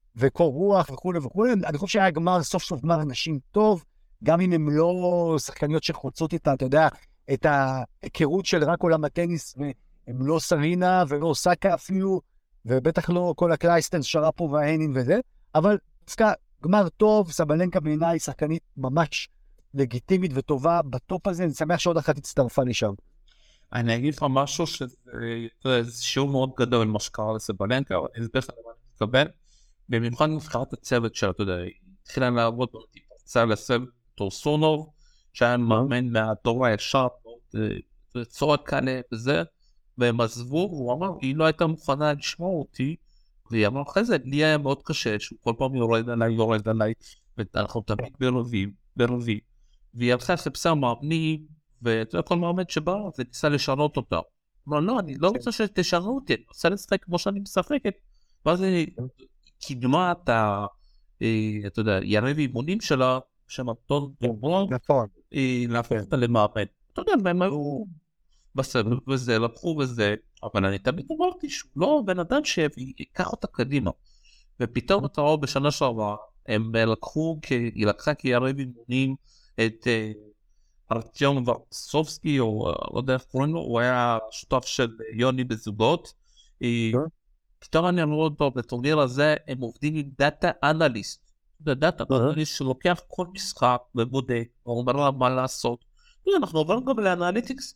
וקור רוח וכו' וכו'. אני חושב שהיה גמר, סוף סוף גמר אנשים טוב, גם אם הם לא שחקניות שחוצות איתה, אתה יודע, את ההיכרות של רק עולם הטניס, והם לא סרינה ולא סאקה אפילו, ובטח לא כל הקלייסטן, שרפו וההנים וזה, אבל דווקא גמר טוב, סבלנקה בעיניי שחקנית ממש לגיטימית וטובה בטופ הזה, אני שמח שעוד אחת הצטרפה לשם. אני אגיד לך משהו שזה שיעור מאוד גדול מה שקרה לסבלנקה, אני אסביר לך למה אני מתכוון, במיוחד נבחרת הצוות שלה, אתה יודע, היא התחילה לעבוד, היא פרצה לסב טורסונוב, שהיה מאמן מהדור הישר, צורת כאלה וזה, והם עזבו, הוא אמר, היא לא הייתה מוכנה לשמוע אותי, והיא אמרה אחרי זה, לי היה מאוד קשה, שהוא כל פעם יורד עליי, יורד עליי, ואנחנו תמיד ברבים, ברבים, והיא הלכה לחפשה מאמנים, ואתה יודע, כל מאמן שבא, וניסה לשנות אותה. אמרה, לא, אני לא רוצה שתשנו אותי, אני רוצה לשחק כמו שאני משחקת, ואז היא קידמה את ה... אתה יודע, יריב אימונים שלה, שמתון דוברון, להפוך אותה למאמן. אתה יודע, והם היו בסדר וזה, לקחו וזה, אבל אני תמיד אמרתי שהוא לא בן אדם שיקח אותה קדימה. ופתאום אתה רואה בשנה שעברה, הם לקחו, היא לקחה כיריב אימונים את ארטיום ורסובסקי, או לא יודע איך קוראים לו, הוא היה שותף של יוני בזוגות. פתאום אני רואה אותו בטורניר הזה, הם עובדים עם דאטה אנליסט. זה דאטה אנליסט שלוקח כל משחק ובודק, ואומר לה מה לעשות. אנחנו עוברים גם לאנליטיקס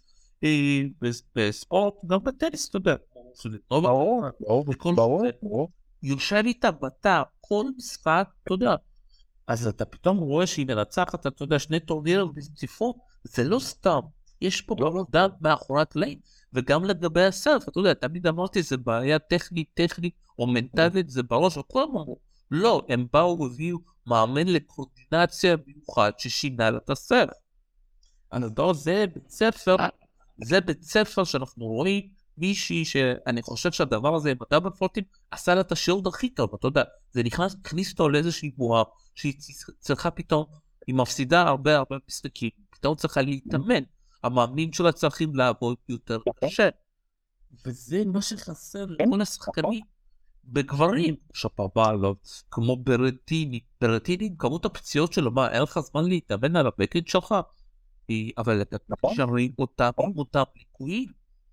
בספורט, גם בטניס, אתה יודע. ברור, ברור, ברור. יושב איתה בתא, כל משחק, אתה יודע. אז אתה פתאום רואה שהיא מנצחת, אתה יודע, שני טורנירים ברציפות, זה לא סתם. יש פה עבודה מאחורי הקלעים. וגם לגבי הסרף, אתה יודע, תמיד אמרתי, זה בעיה טכנית, טכנית, או מנטלית, זה בראש, או כל אמרו. לא, הם באו והביאו מאמן לקורדינציה מיוחד ששינה לה את הסרף. הנדור זה בית ספר, זה בית ספר שאנחנו רואים מישהי שאני חושב שהדבר הזה, מדע בפרוטים, עשה לה את השיעור הכי טוב, אתה יודע, זה נכנס, הכניס אותו לאיזושהי בועה, שהיא צריכה פתאום, היא מפסידה הרבה הרבה משחקים, פתאום צריכה להתאמן. המאמנים שלה צריכים לעבוד יותר קשה, וזה מה שחסר לכל השחקנים בגברים. שפרבלוב, כמו ברטיני, ברטיני עם כמות הפציעות שלו, מה, אין לך זמן להתאמן על הבקד שלך? אבל אתה שרים אותם, אותם ליקויים.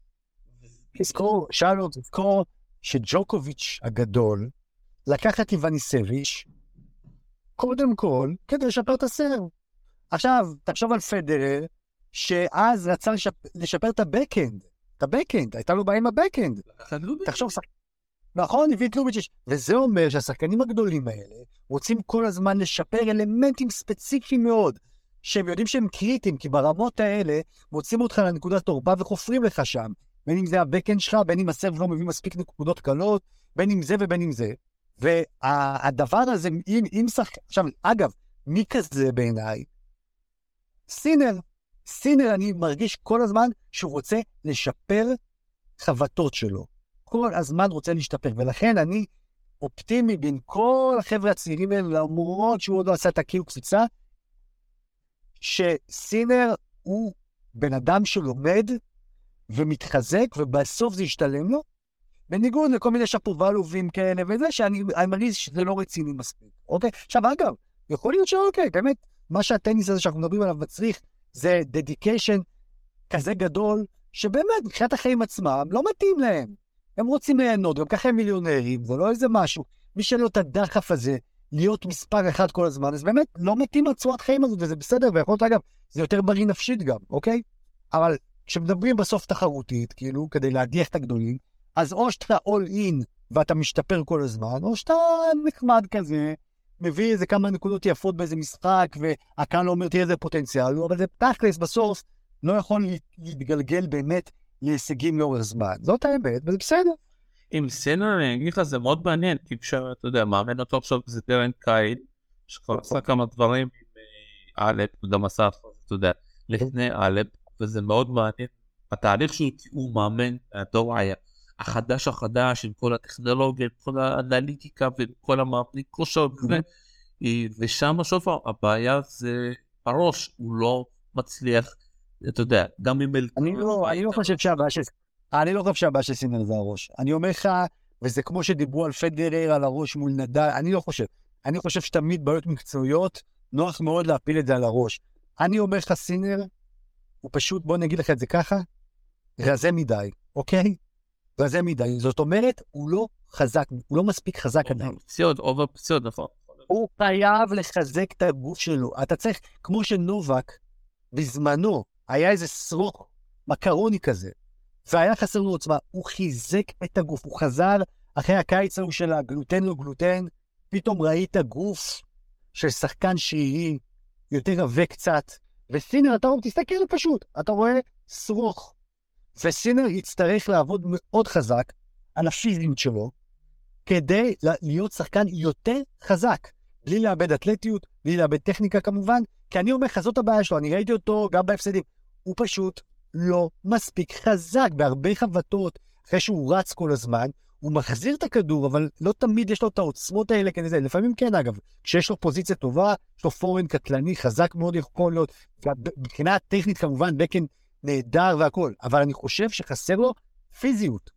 תזכור, שאלו, תזכור שג'וקוביץ' הגדול לקח את איווניסביץ' קודם כל כדי לשפר את הסרב. עכשיו, תחשוב על פדרר, שאז רצה לשפ... לשפר את הבקאנד, את הבקאנד, הייתה לו בעיה עם הבקאנד. תחשוב, שח... נכון, הביא את לוביץ', וזה אומר שהשחקנים הגדולים האלה רוצים כל הזמן לשפר אלמנטים ספציפיים מאוד, שהם יודעים שהם קריטיים, כי ברמות האלה מוצאים אותך לנקודת תורפה וחופרים לך שם, בין אם זה הבקאנד שלך, בין אם הסרב לא מביא מספיק נקודות קלות, בין אם זה ובין אם זה. והדבר הזה, אם, אם שחק... עכשיו, אגב, מי כזה בעיניי? סינר. סינר, אני מרגיש כל הזמן שהוא רוצה לשפר חבטות שלו. כל הזמן רוצה להשתפר, ולכן אני אופטימי בין כל החבר'ה הצעירים האלה, למרות שהוא עוד לא עשה את הקיו קפיצה, שסינר הוא בן אדם שלומד ומתחזק, ובסוף זה ישתלם לו, בניגוד לכל מיני שפובלובים כאלה וזה, שאני מרגיש שזה לא רציני מספיק. אוקיי? עכשיו, אגב, יכול להיות שאוקיי, באמת, מה שהטניס הזה שאנחנו מדברים עליו מצריך, זה דדיקיישן כזה גדול, שבאמת, מבחינת החיים עצמם, לא מתאים להם. הם רוצים ליהנות, גם ככה הם מיליונרים, זה לא איזה משהו. מי שאין לו את הדחף הזה, להיות מספר אחד כל הזמן, אז באמת לא מתאים לצורת חיים הזאת, וזה בסדר, ויכול להיות, אגב, זה יותר בריא נפשית גם, אוקיי? אבל כשמדברים בסוף תחרותית, כאילו, כדי להדיח את הגדולים, אז או שאתה all in, ואתה משתפר כל הזמן, או שאתה נחמד כזה, מביא איזה כמה נקודות יפות באיזה משחק, והקהל לא אומר תהיה איזה פוטנציאל, אבל זה תכלס בסוף לא יכול להתגלגל באמת להישגים לאורך זמן. זאת האמת, וזה בסדר. עם סינר, אני אגיד לך, זה מאוד מעניין, כי כשאתה יודע, מאמן אותו עכשיו זה דרן קייל, שכבר עשה כמה דברים עם אלפ, וגם עשה, אתה יודע, לפני אלפ, וזה מאוד מעניין. התהליך שהוא מאמן, הדור היה החדש החדש, עם כל הטכנולוגיה, עם כל האנליטיקה, ועם כל המאמנים כושר, ושם שוב הבעיה זה הראש, הוא לא מצליח, אתה יודע, גם אם... אני לא חושב שהבעיה של... אני לא חושב שהבעיה של סינר זה הראש. אני אומר לך, וזה כמו שדיברו על פדרר על הראש מול נדל, אני לא חושב. אני חושב שתמיד בעיות מקצועיות, נוח מאוד להפיל את זה על הראש. אני אומר לך, סינר, הוא פשוט, בוא נגיד לך את זה ככה, רזה מדי, אוקיי? רזה מדי. זאת אומרת, הוא לא חזק, הוא לא מספיק חזק עדיין. פציעות, אובר פציעות, נכון. הוא חייב לחזק את הגוף שלו. אתה צריך, כמו שנובק, בזמנו, היה איזה סרוק מקרוני כזה, והיה חסר לו עוצמה, הוא חיזק את הגוף, הוא חזר אחרי הקיץ ההוא של הגלוטן לא גלוטן, פתאום ראית גוף של שחקן שרירי, יותר עבה קצת, וסינר, אתה רואה, תסתכל פשוט, אתה רואה סרוך, וסינר יצטרך לעבוד מאוד חזק על הפיזיות שלו, כדי להיות שחקן יותר חזק, בלי לאבד אתלטיות, בלי לאבד טכניקה כמובן, כי אני אומר לך, זאת הבעיה שלו, אני ראיתי אותו גם בהפסדים, הוא פשוט לא מספיק חזק, בהרבה חבטות, אחרי שהוא רץ כל הזמן, הוא מחזיר את הכדור, אבל לא תמיד יש לו את העוצמות האלה כדי זה, לפעמים כן אגב, כשיש לו פוזיציה טובה, יש לו פורן קטלני, חזק מאוד יכול להיות, מבחינה טכנית כמובן, בקן נהדר והכל, אבל אני חושב שחסר לו פיזיות,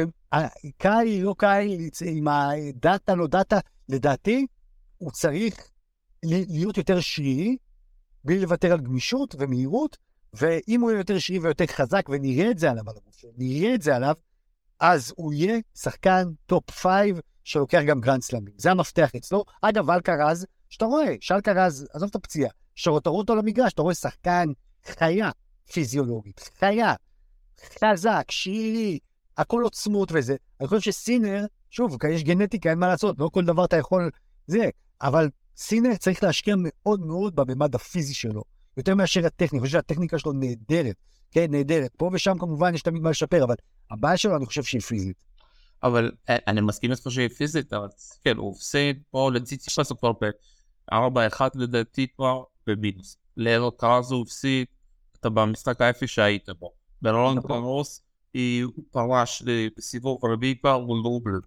וקאי לא קאי, עם הדאטה לא דאטה, לדעתי, הוא צריך להיות יותר שרירי, בלי לוותר על גמישות ומהירות, ואם הוא יהיה יותר שרירי ויותר חזק, ונראה את זה עליו, נראה את זה עליו, אז הוא יהיה שחקן טופ פייב, שלוקח גם גרנד סלאמים. זה המפתח אצלו. אגב, אלקרז, שאתה רואה, שאלקרז, עזוב את הפציעה, שאתה רואה אותו למגרש, אתה רואה שחקן חיה פיזיולוגית, חיה, חזק, שרירי, הכל עוצמות וזה. אני חושב שסינר, שוב, יש גנטיקה, אין מה לעשות, לא כל דבר אתה יכול, זה, אבל סינר צריך להשקיע מאוד מאוד בממד הפיזי שלו, יותר מאשר הטכניקה. אני חושב שהטכניקה שלו נהדרת, כן, נהדרת. פה ושם כמובן יש תמיד מה לשפר, אבל הבעיה שלו אני חושב שהיא פיזית. אבל אני מסכים איתך שהיא פיזית, אבל כן, הוא הפסיד פה לציציפס כבר ב-ארבע אחת לדעתי כבר במינוס. לאלקרז הוא הפסיד, אתה במשחק האפי שהיית בו. ברולנד גרוס הוא פרש בסיבוב רביעי כבר מול רובל.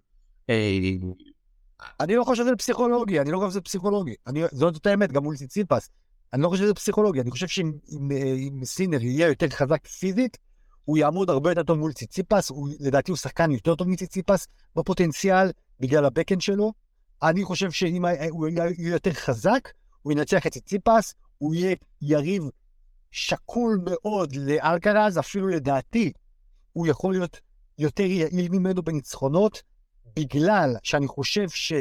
אני לא חושב שזה פסיכולוגי, אני לא חושב שזה פסיכולוגי. זאת האמת, גם מול ציציפס. אני לא חושב שזה פסיכולוגי, אני חושב שאם סינר יהיה יותר חזק פיזית, הוא יעמוד הרבה יותר טוב מול ציציפס, לדעתי הוא שחקן יותר טוב מציציפס בפוטנציאל, בגלל הבקן שלו. אני חושב שאם הוא יהיה יותר חזק, הוא ינצח את ציציפס, הוא יהיה יריב שקול מאוד לאלקרז, אפילו לדעתי, הוא יכול להיות יותר יעיל ממנו בניצחונות, בגלל שאני חושב ש...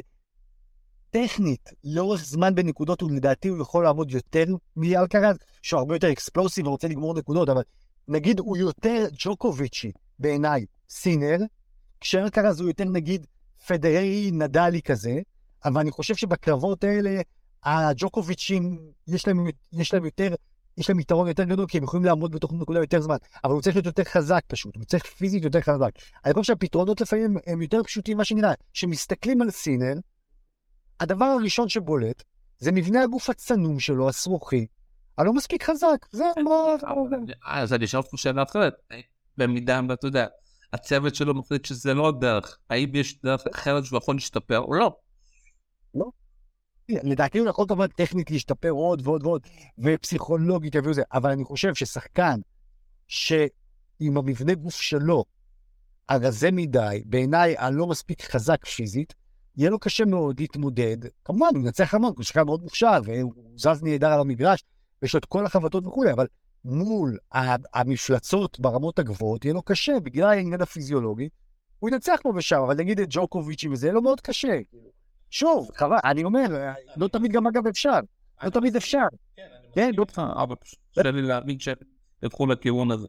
טכנית, לאורך זמן בנקודות, ולדעתי הוא יכול לעמוד יותר מאלקרז, שהוא הרבה יותר אקספלוסיב ורוצה לגמור נקודות, אבל נגיד הוא יותר ג'וקוביצ'י בעיניי, סינר, כשאלקרז הוא יותר נגיד פדררי נדלי כזה, אבל אני חושב שבקרבות האלה, הג'וקוביצ'ים יש להם, יש להם יותר, יש להם יתרון יותר גדול, כי הם יכולים לעמוד בתוך נקודה יותר זמן, אבל הוא צריך להיות יותר חזק פשוט, הוא צריך פיזית יותר חזק. אני חושב שהפתרונות לפעמים הם יותר פשוטים מה שנראה, שמסתכלים על סינר, הדבר הראשון שבולט, זה מבנה הגוף הצנום שלו, הסרוכי, אבל לא מספיק חזק, זה לא... אז אני אשאל פה שאלה אחרת, במידה, ואתה יודע, הצוות שלו מחליט שזה לא הדרך, האם יש דרך אחרת שהוא יכול להשתפר או לא? לא. לדעתי הוא יכול כמובן טכנית להשתפר עוד ועוד ועוד, ופסיכולוגית יביאו זה, אבל אני חושב ששחקן שעם המבנה גוף שלו, הרזה מדי, בעיניי הלא מספיק חזק פיזית, יהיה לו קשה מאוד להתמודד, כמובן הוא ינצח המון, הוא שחקן מאוד מוכשר, והוא זז נהדר על המגרש, ויש לו את כל החבטות וכו', אבל מול המפלצות ברמות הגבוהות, יהיה לו קשה, בגלל העניין הפיזיולוגי, הוא ינצח פה ושם, אבל נגיד את ג'וקוביצ'י וזה, יהיה לו מאוד קשה. שוב, חבל, אני אומר, לא תמיד גם אגב אפשר, לא תמיד אפשר. כן, אבל קשה לי להאמין שתלכו לכיוון הזה.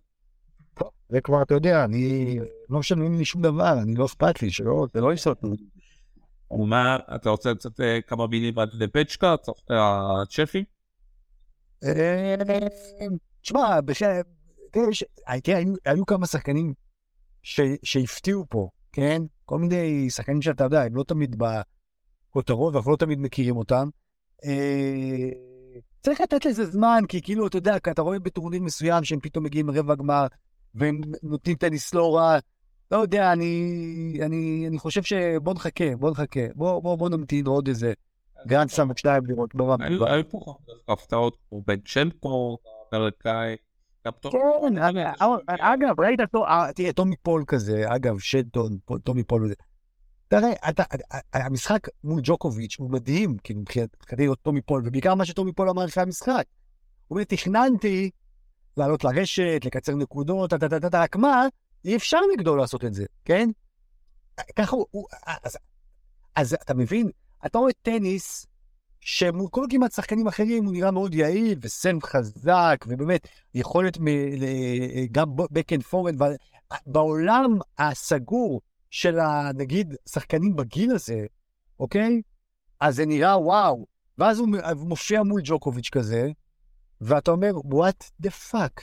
זה כבר, אתה יודע, אני לא משלמים לי שום דבר, אני לא אכפת לי, שלא, זה לא יסוד. ומה, אתה רוצה קצת כמה מילים על לבצ'קה, הצ'פי? תשמע, היו כמה שחקנים שהפתיעו פה, כן? כל מיני שחקנים שאתה יודע, הם לא תמיד בכותרות, ואנחנו לא תמיד מכירים אותם. צריך לתת לזה זמן, כי כאילו, אתה יודע, אתה רואה בטורניר מסוים שהם פתאום מגיעים רבע גמר, והם נותנים טניס לא רע, לא יודע, אני, אני, אני חושב שבוא נחכה, בוא נחכה, בוא, בוא, בוא נמתין עוד איזה גרנד סלאם שניים לראות, לא רע. היו פה הפתעות כמו בן צ'לקו, אמריקאי, כן, אגב, ראית, תראה, טומי פול כזה, אגב, שדון, טומי פול וזה, תראה, אתה, המשחק מול ג'וקוביץ' הוא מדהים, כי מבחינתי אותו מפול, ובעיקר מה שטומי פול אמר אחרי המשחק. הוא אומר, תכננתי לעלות לרשת, לקצר נקודות, רק מה, אי אפשר נגדו לעשות את זה, כן? ככה הוא, אז, אז אתה מבין, אתה רואה טניס, שמול כל כמעט שחקנים אחרים הוא נראה מאוד יעיל, וסן חזק, ובאמת יכולת מ, גם בקן פורן, בעולם הסגור של נגיד שחקנים בגיל הזה, אוקיי? אז זה נראה וואו, ואז הוא מופיע מול ג'וקוביץ' כזה, ואתה אומר, what the fuck?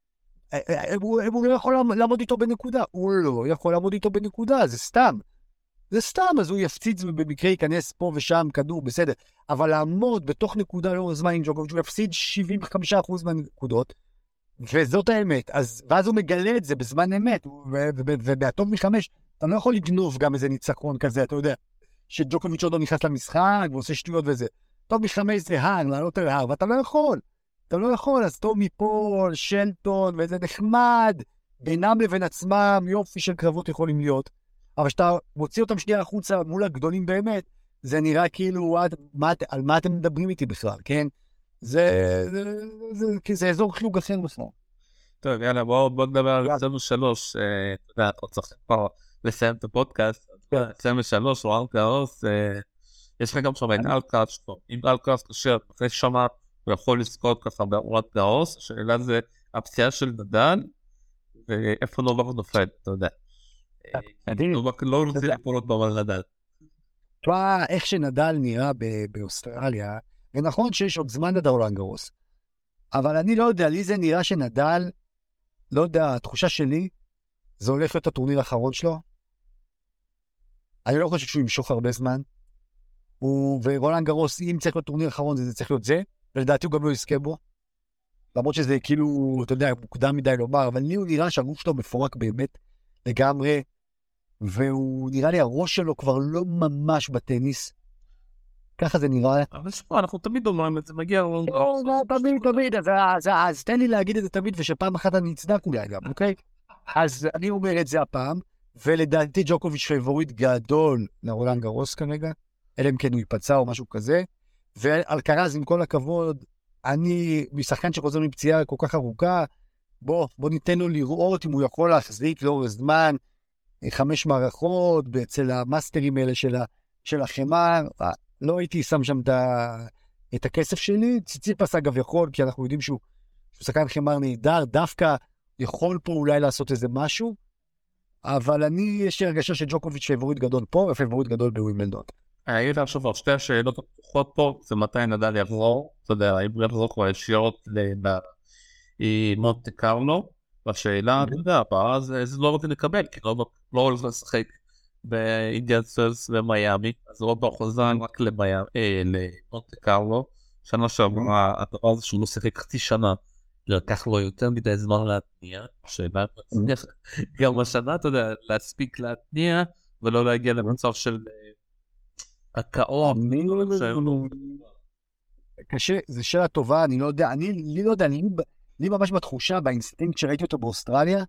הוא לא יכול לעמוד איתו בנקודה, הוא לא יכול לעמוד איתו בנקודה, זה סתם. זה סתם, אז הוא יפציץ ובמקרה ייכנס פה ושם כדור, בסדר. אבל לעמוד בתוך נקודה לאור הזמן עם ג'וקוביץ', הוא יפסיד שבעים וחמישה אחוז מהנקודות, וזאת האמת. אז, ואז הוא מגלה את זה בזמן אמת, ובהטוב מחמש, אתה לא יכול לגנוב גם איזה ניצחון כזה, אתה יודע, שג'וקוביץ' עוד לא נכנס למשחק, ועושה שטויות וזה. טוב מחמש זה הר, לעלות על הר, ואתה לא יכול. אתה לא יכול, אז טומי פול, שלטון, וזה נחמד, בינם לבין עצמם, יופי של קרבות יכולים להיות. אבל שאתה מוציא אותם שנייה החוצה מול הגדולים באמת, זה נראה כאילו, מה, על מה אתם מדברים איתי בכלל, כן? זה, זה, זה, זה, זה אזור חיוג אחר בכלל. טוב, יאללה, בואו בוא נדבר על אצלנו שלוש, אה, אתה יודע, אנחנו צריכים כבר לסיים את הפודקאסט, אצלנו שלוש, רואן גארוס, אה, יש לך גם שם את אלקאס שלו, אם אלקאס קשר, אחרי שמה, הוא יכול לזכות ככה ברואן גארוס, השאלה זה הפציעה של נדל, ואיפה נובק נופל, אתה יודע. נובק לא רוצה לפעולות במל נדל. תראה, איך שנדל נראה באוסטרליה, ונכון שיש עוד זמן עד רואן גארוס, אבל אני לא יודע, לי זה נראה שנדל, לא יודע, התחושה שלי, זה הולך להיות הטורניר האחרון שלו. אני לא חושב שהוא ימשוך הרבה זמן. הוא, ורולנד גארוס, אם צריך להיות טורניר האחרון, זה, זה צריך להיות זה, ולדעתי הוא גם לא יזכה בו. למרות שזה כאילו, אתה יודע, מוקדם מדי לומר, אבל לי הוא נראה שהגוף שלו מפורק באמת לגמרי, והוא נראה לי הראש שלו כבר לא ממש בטניס. ככה זה נראה. אבל שפה, אנחנו תמיד אומרים את זה, מגיע... לא, לא, תמיד, תמיד, אז תן לי להגיד את זה תמיד, ושפעם אחת אני אצדק אולי גם, אוקיי? אז אני אומר את זה הפעם, ולדעתי ג'וקוביץ' פייבוריט גדול לרולנד גארוס כרגע, אלא אם כן הוא ייפצע או משהו כזה, ואלקרז, עם כל הכבוד, אני, משחקן שחוזר מפציעה כל כך ארוכה, בוא, בוא ניתן לו לראות אם הוא יכול להחזיק לאור הזמן, חמש מערכות, אצל המאסטרים האלה של, ה, של החמר, לא הייתי שם שם את, ה, את הכסף שלי, ציציפס אגב יכול, כי אנחנו יודעים שהוא, שהוא שחקן חמר נהדר, דווקא יכול פה אולי לעשות איזה משהו, אבל אני, יש לי הרגשה שג'וקוביץ' פייבוריט גדול פה, ופייבוריט גדול בווימבלדון. אני יודע עכשיו, שתי השאלות הפתוחות פה, זה מתי נדל יחזור, אתה יודע, אם יחזור כבר ישירות למונטה קרלו, והשאלה, אתה יודע, הבאה זה לא רוצה לקבל, כי לא הולך לשחק באינדיאנסלס ומיימי, אז לא בחוזר רק למונטה קרלו, שנה שעברה, הדבר הזה שהוא לא שיחק חצי שנה, לקח לו יותר מדי זמן להתניע, שאלה מצליח גם השנה, אתה יודע, להספיק להתניע, ולא להגיע למצב של הקאור. קשה, זו שאלה טובה, אני לא יודע, אני לי לא יודע, אני לי ממש בתחושה, באינסטינקט שראיתי אותו באוסטרליה,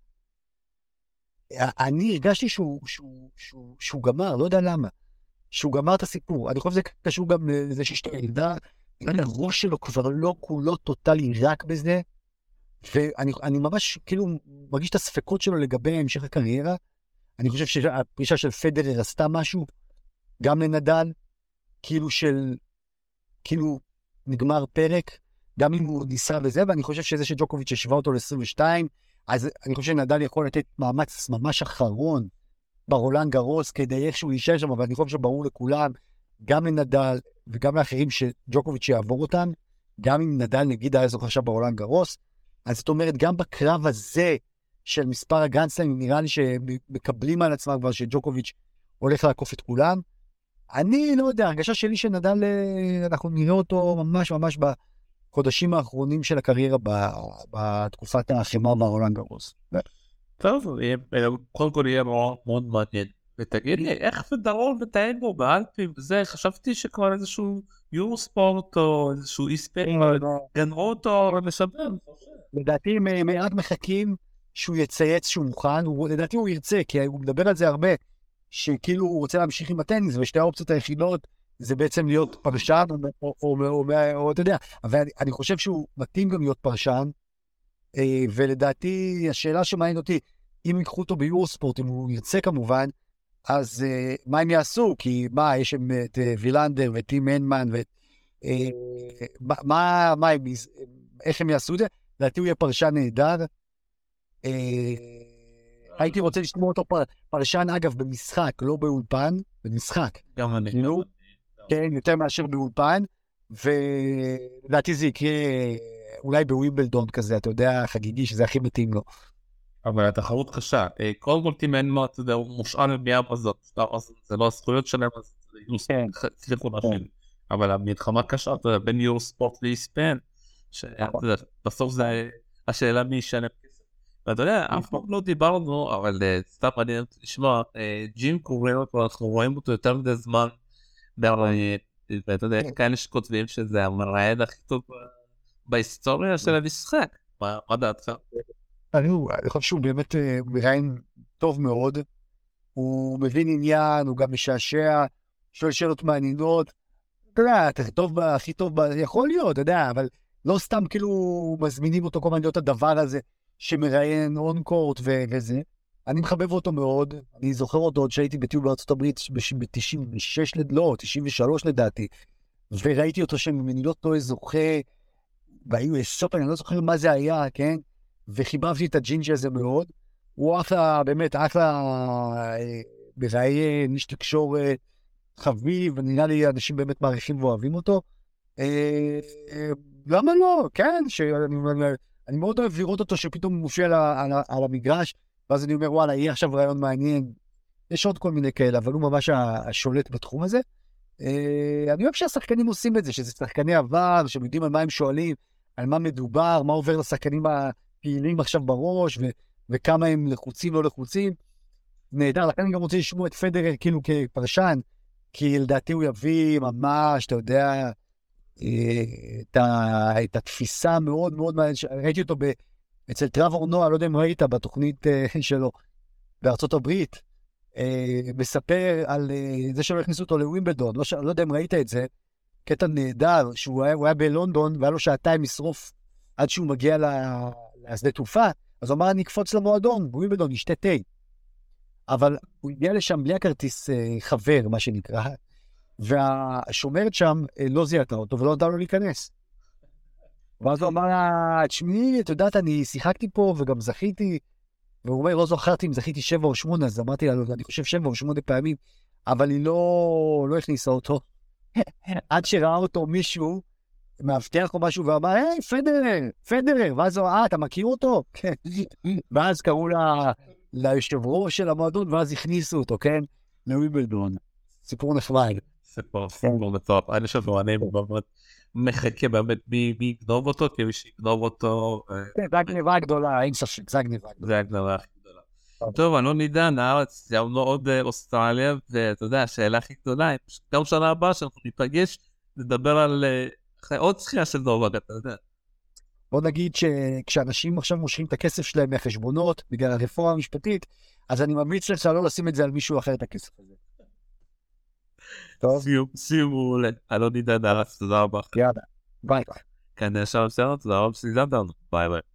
אני הרגשתי שהוא, שהוא, שהוא, שהוא גמר, לא יודע למה, שהוא גמר את הסיפור. אני חושב שזה קשור גם לזה שאשתו ילדה, הראש שלו כבר לא כולו טוטלי רק בזה, ואני אני ממש כאילו מרגיש את הספקות שלו לגבי המשך הקריירה. אני חושב שהפרישה של פדרר עשתה משהו, גם לנדל, כאילו של, כאילו נגמר פרק, גם אם הוא ניסה וזה, ואני חושב שזה שג'וקוביץ' השווה אותו ל-עשרים ושתיים, אז אני חושב שנדל יכול לתת מאמץ ממש אחרון ברולנד גארוס, כדי איכשהו להישאר שם, אבל אני חושב שברור לכולם, גם לנדל וגם לאחרים שג'וקוביץ' יעבור אותם, גם אם נדל נגיד היה זוכר עכשיו ברולנד גארוס, אז זאת אומרת, גם בקרב הזה של מספר הגרנדסלאמים, נראה לי שמקבלים על עצמם כבר שג'וקוביץ' הולך לעקוף את כולם. אני לא יודע, הרגשה שלי שנדל, אנחנו נראה אותו ממש ממש בחודשים האחרונים של הקריירה בתקופת החמר ברולנד גארוס. טוב, קודם כל יהיה מאוד מעניין. ותגיד לי, איך פדרר מטען בו באלפים? וזה, חשבתי שכבר איזשהו יורו ספורט או איזשהו איספק, גנרו אותו משבר. לדעתי, מעט מחכים שהוא יצייץ שהוא מוכן, לדעתי הוא ירצה, כי הוא מדבר על זה הרבה, שכאילו הוא רוצה להמשיך עם הטניס, ושתי האופציות היחידות זה בעצם להיות פרשן, או, או, או, או, או, או אתה יודע, אבל אני, אני חושב שהוא מתאים גם להיות פרשן, אה, ולדעתי השאלה שמעניין אותי, אם ייקחו אותו ביורוספורט, אם הוא ירצה כמובן, אז אה, מה הם יעשו? כי מה, יש שם את אה, וילנדר וטים הנמן, ואת, אה, מה, מה, מה הם, איך הם יעשו את זה? לדעתי הוא יהיה פרשן נהדר, אה, הייתי רוצה לשמוע אותו פר, פרשן, אגב, במשחק, לא באולפן, במשחק. גם אני. נו, כן, יותר מאשר באולפן, ולדעתי זה יקרה אולי בווימבלדון כזה, אתה יודע, חגיגי, שזה הכי מתאים לו. אבל התחרות קשה. קודם כל טים הנמן, אתה יודע, הוא מושאל מאמזון, זה לא הזכויות שלהם, אז הצליחו להשאיר. אבל המלחמה קשה, אתה יודע, בין יורוספורט לאיספן, שבסוף זה השאלה מי ישלם כסף. ואתה יודע, אף פעם לא דיברנו, אבל סתם מעניין לשמוע, ג'ים קורר, אנחנו רואים אותו יותר מדי זמן, ואתה יודע, כאלה שכותבים שזה המראיין הכי טוב בהיסטוריה של המשחק. מה דעתך? אני חושב שהוא באמת מראיין טוב מאוד, הוא מבין עניין, הוא גם משעשע, שואל שאלות מעניינות, אתה יודע, טוב, הכי טוב, יכול להיות, אתה יודע, אבל לא סתם כאילו מזמינים אותו כל מיני להיות הדבר הזה, שמראיין און-קורט וזה. אני מחבב אותו מאוד, אני זוכר אותו עוד שהייתי בטיול בארצות הברית ב-תשעים ושש, לא, תשעים ושלוש לדעתי, וראיתי אותו שם, אני לא טועה זוכה, והיו סופר, אני לא זוכר מה זה היה, כן? וחיבבתי את הג'ינג'י הזה מאוד, הוא אחלה, באמת אחלה, מראיין, איש תקשורת, חביב, ונראה לי אנשים באמת מעריכים ואוהבים אותו. למה לא? כן, אני מאוד אוהב לראות אותו שפתאום הוא מופיע על המגרש, ואז אני אומר, וואלה, יהיה עכשיו רעיון מעניין. יש עוד כל מיני כאלה, אבל הוא ממש השולט בתחום הזה. אני אוהב שהשחקנים עושים את זה, שזה שחקני עבר, שהם יודעים על מה הם שואלים, על מה מדובר, מה עובר לשחקנים הפעילים עכשיו בראש, ו- וכמה הם לחוצים, לא לחוצים. נהדר, לכן אני גם רוצה לשמוע את פדרר כאילו כפרשן, כי לדעתי הוא יביא ממש, אתה יודע, את, ה- את התפיסה מאוד מאוד, ראיתי אותו ב- אצל טראבור נועה, לא יודע אם ראית בתוכנית שלו בארצות הברית, מספר על זה שלא הכניסו אותו לווימבלדון, לא, ש... לא יודע אם ראית את זה, קטע נהדר, שהוא היה, הוא היה בלונדון, והיה לו שעתיים לשרוף עד שהוא מגיע לשדה תעופה, אז הוא אמר, אני אקפוץ למועדון, בווימבלדון, ישתה תה. אבל הוא הגיע לשם בלי הכרטיס חבר, מה שנקרא, והשומרת שם לא זיהתה אותו, ולא נתן לו להיכנס. ואז הוא אמר לה, תשמעי, את יודעת, אני שיחקתי פה וגם זכיתי, והוא אומר, לא זוכרתי אם זכיתי שבע או שמונה, אז אמרתי לה, אני חושב שבע או שמונה פעמים, אבל היא לא, לא הכניסה אותו. עד שראה אותו מישהו, מאבטח או משהו, ואמר, היי, פדרר, פדרר, ואז הוא, אה, אתה מכיר אותו? כן. ואז קראו לה, ליושב ראש של המועדון, ואז הכניסו אותו, כן? לווימבלדון. סיפור נחמד. סיפור, סיפור מטורף. אני חושב שהוא עניים, באמת מחכה באמת מי יגנוב אותו, כי מי שיגנוב אותו... זה הגניבה גדולה, אין ספק, זה הגניבה גדולה. זה הגניבה הכי גדולה. טוב, אני לא נידע, הארץ, סיימנו עוד אוסטרליה, ואתה יודע, השאלה הכי גדולה, גם שנה הבאה שאנחנו ניפגש, נדבר על עוד שחייה של נובק, אתה יודע. בוא נגיד שכשאנשים עכשיו מושכים את הכסף שלהם מהחשבונות, בגלל הרפורמה המשפטית, אז אני ממליץ לך לא לשים את זה על מישהו אחר את הכסף הזה. טוב? סיום מעולה. אני לא נידע, הארץ, תודה רבה. יאללה, ביי ביי. כאן נשאר בסדר, תודה רבה שסיזמת לנו. ביי ביי.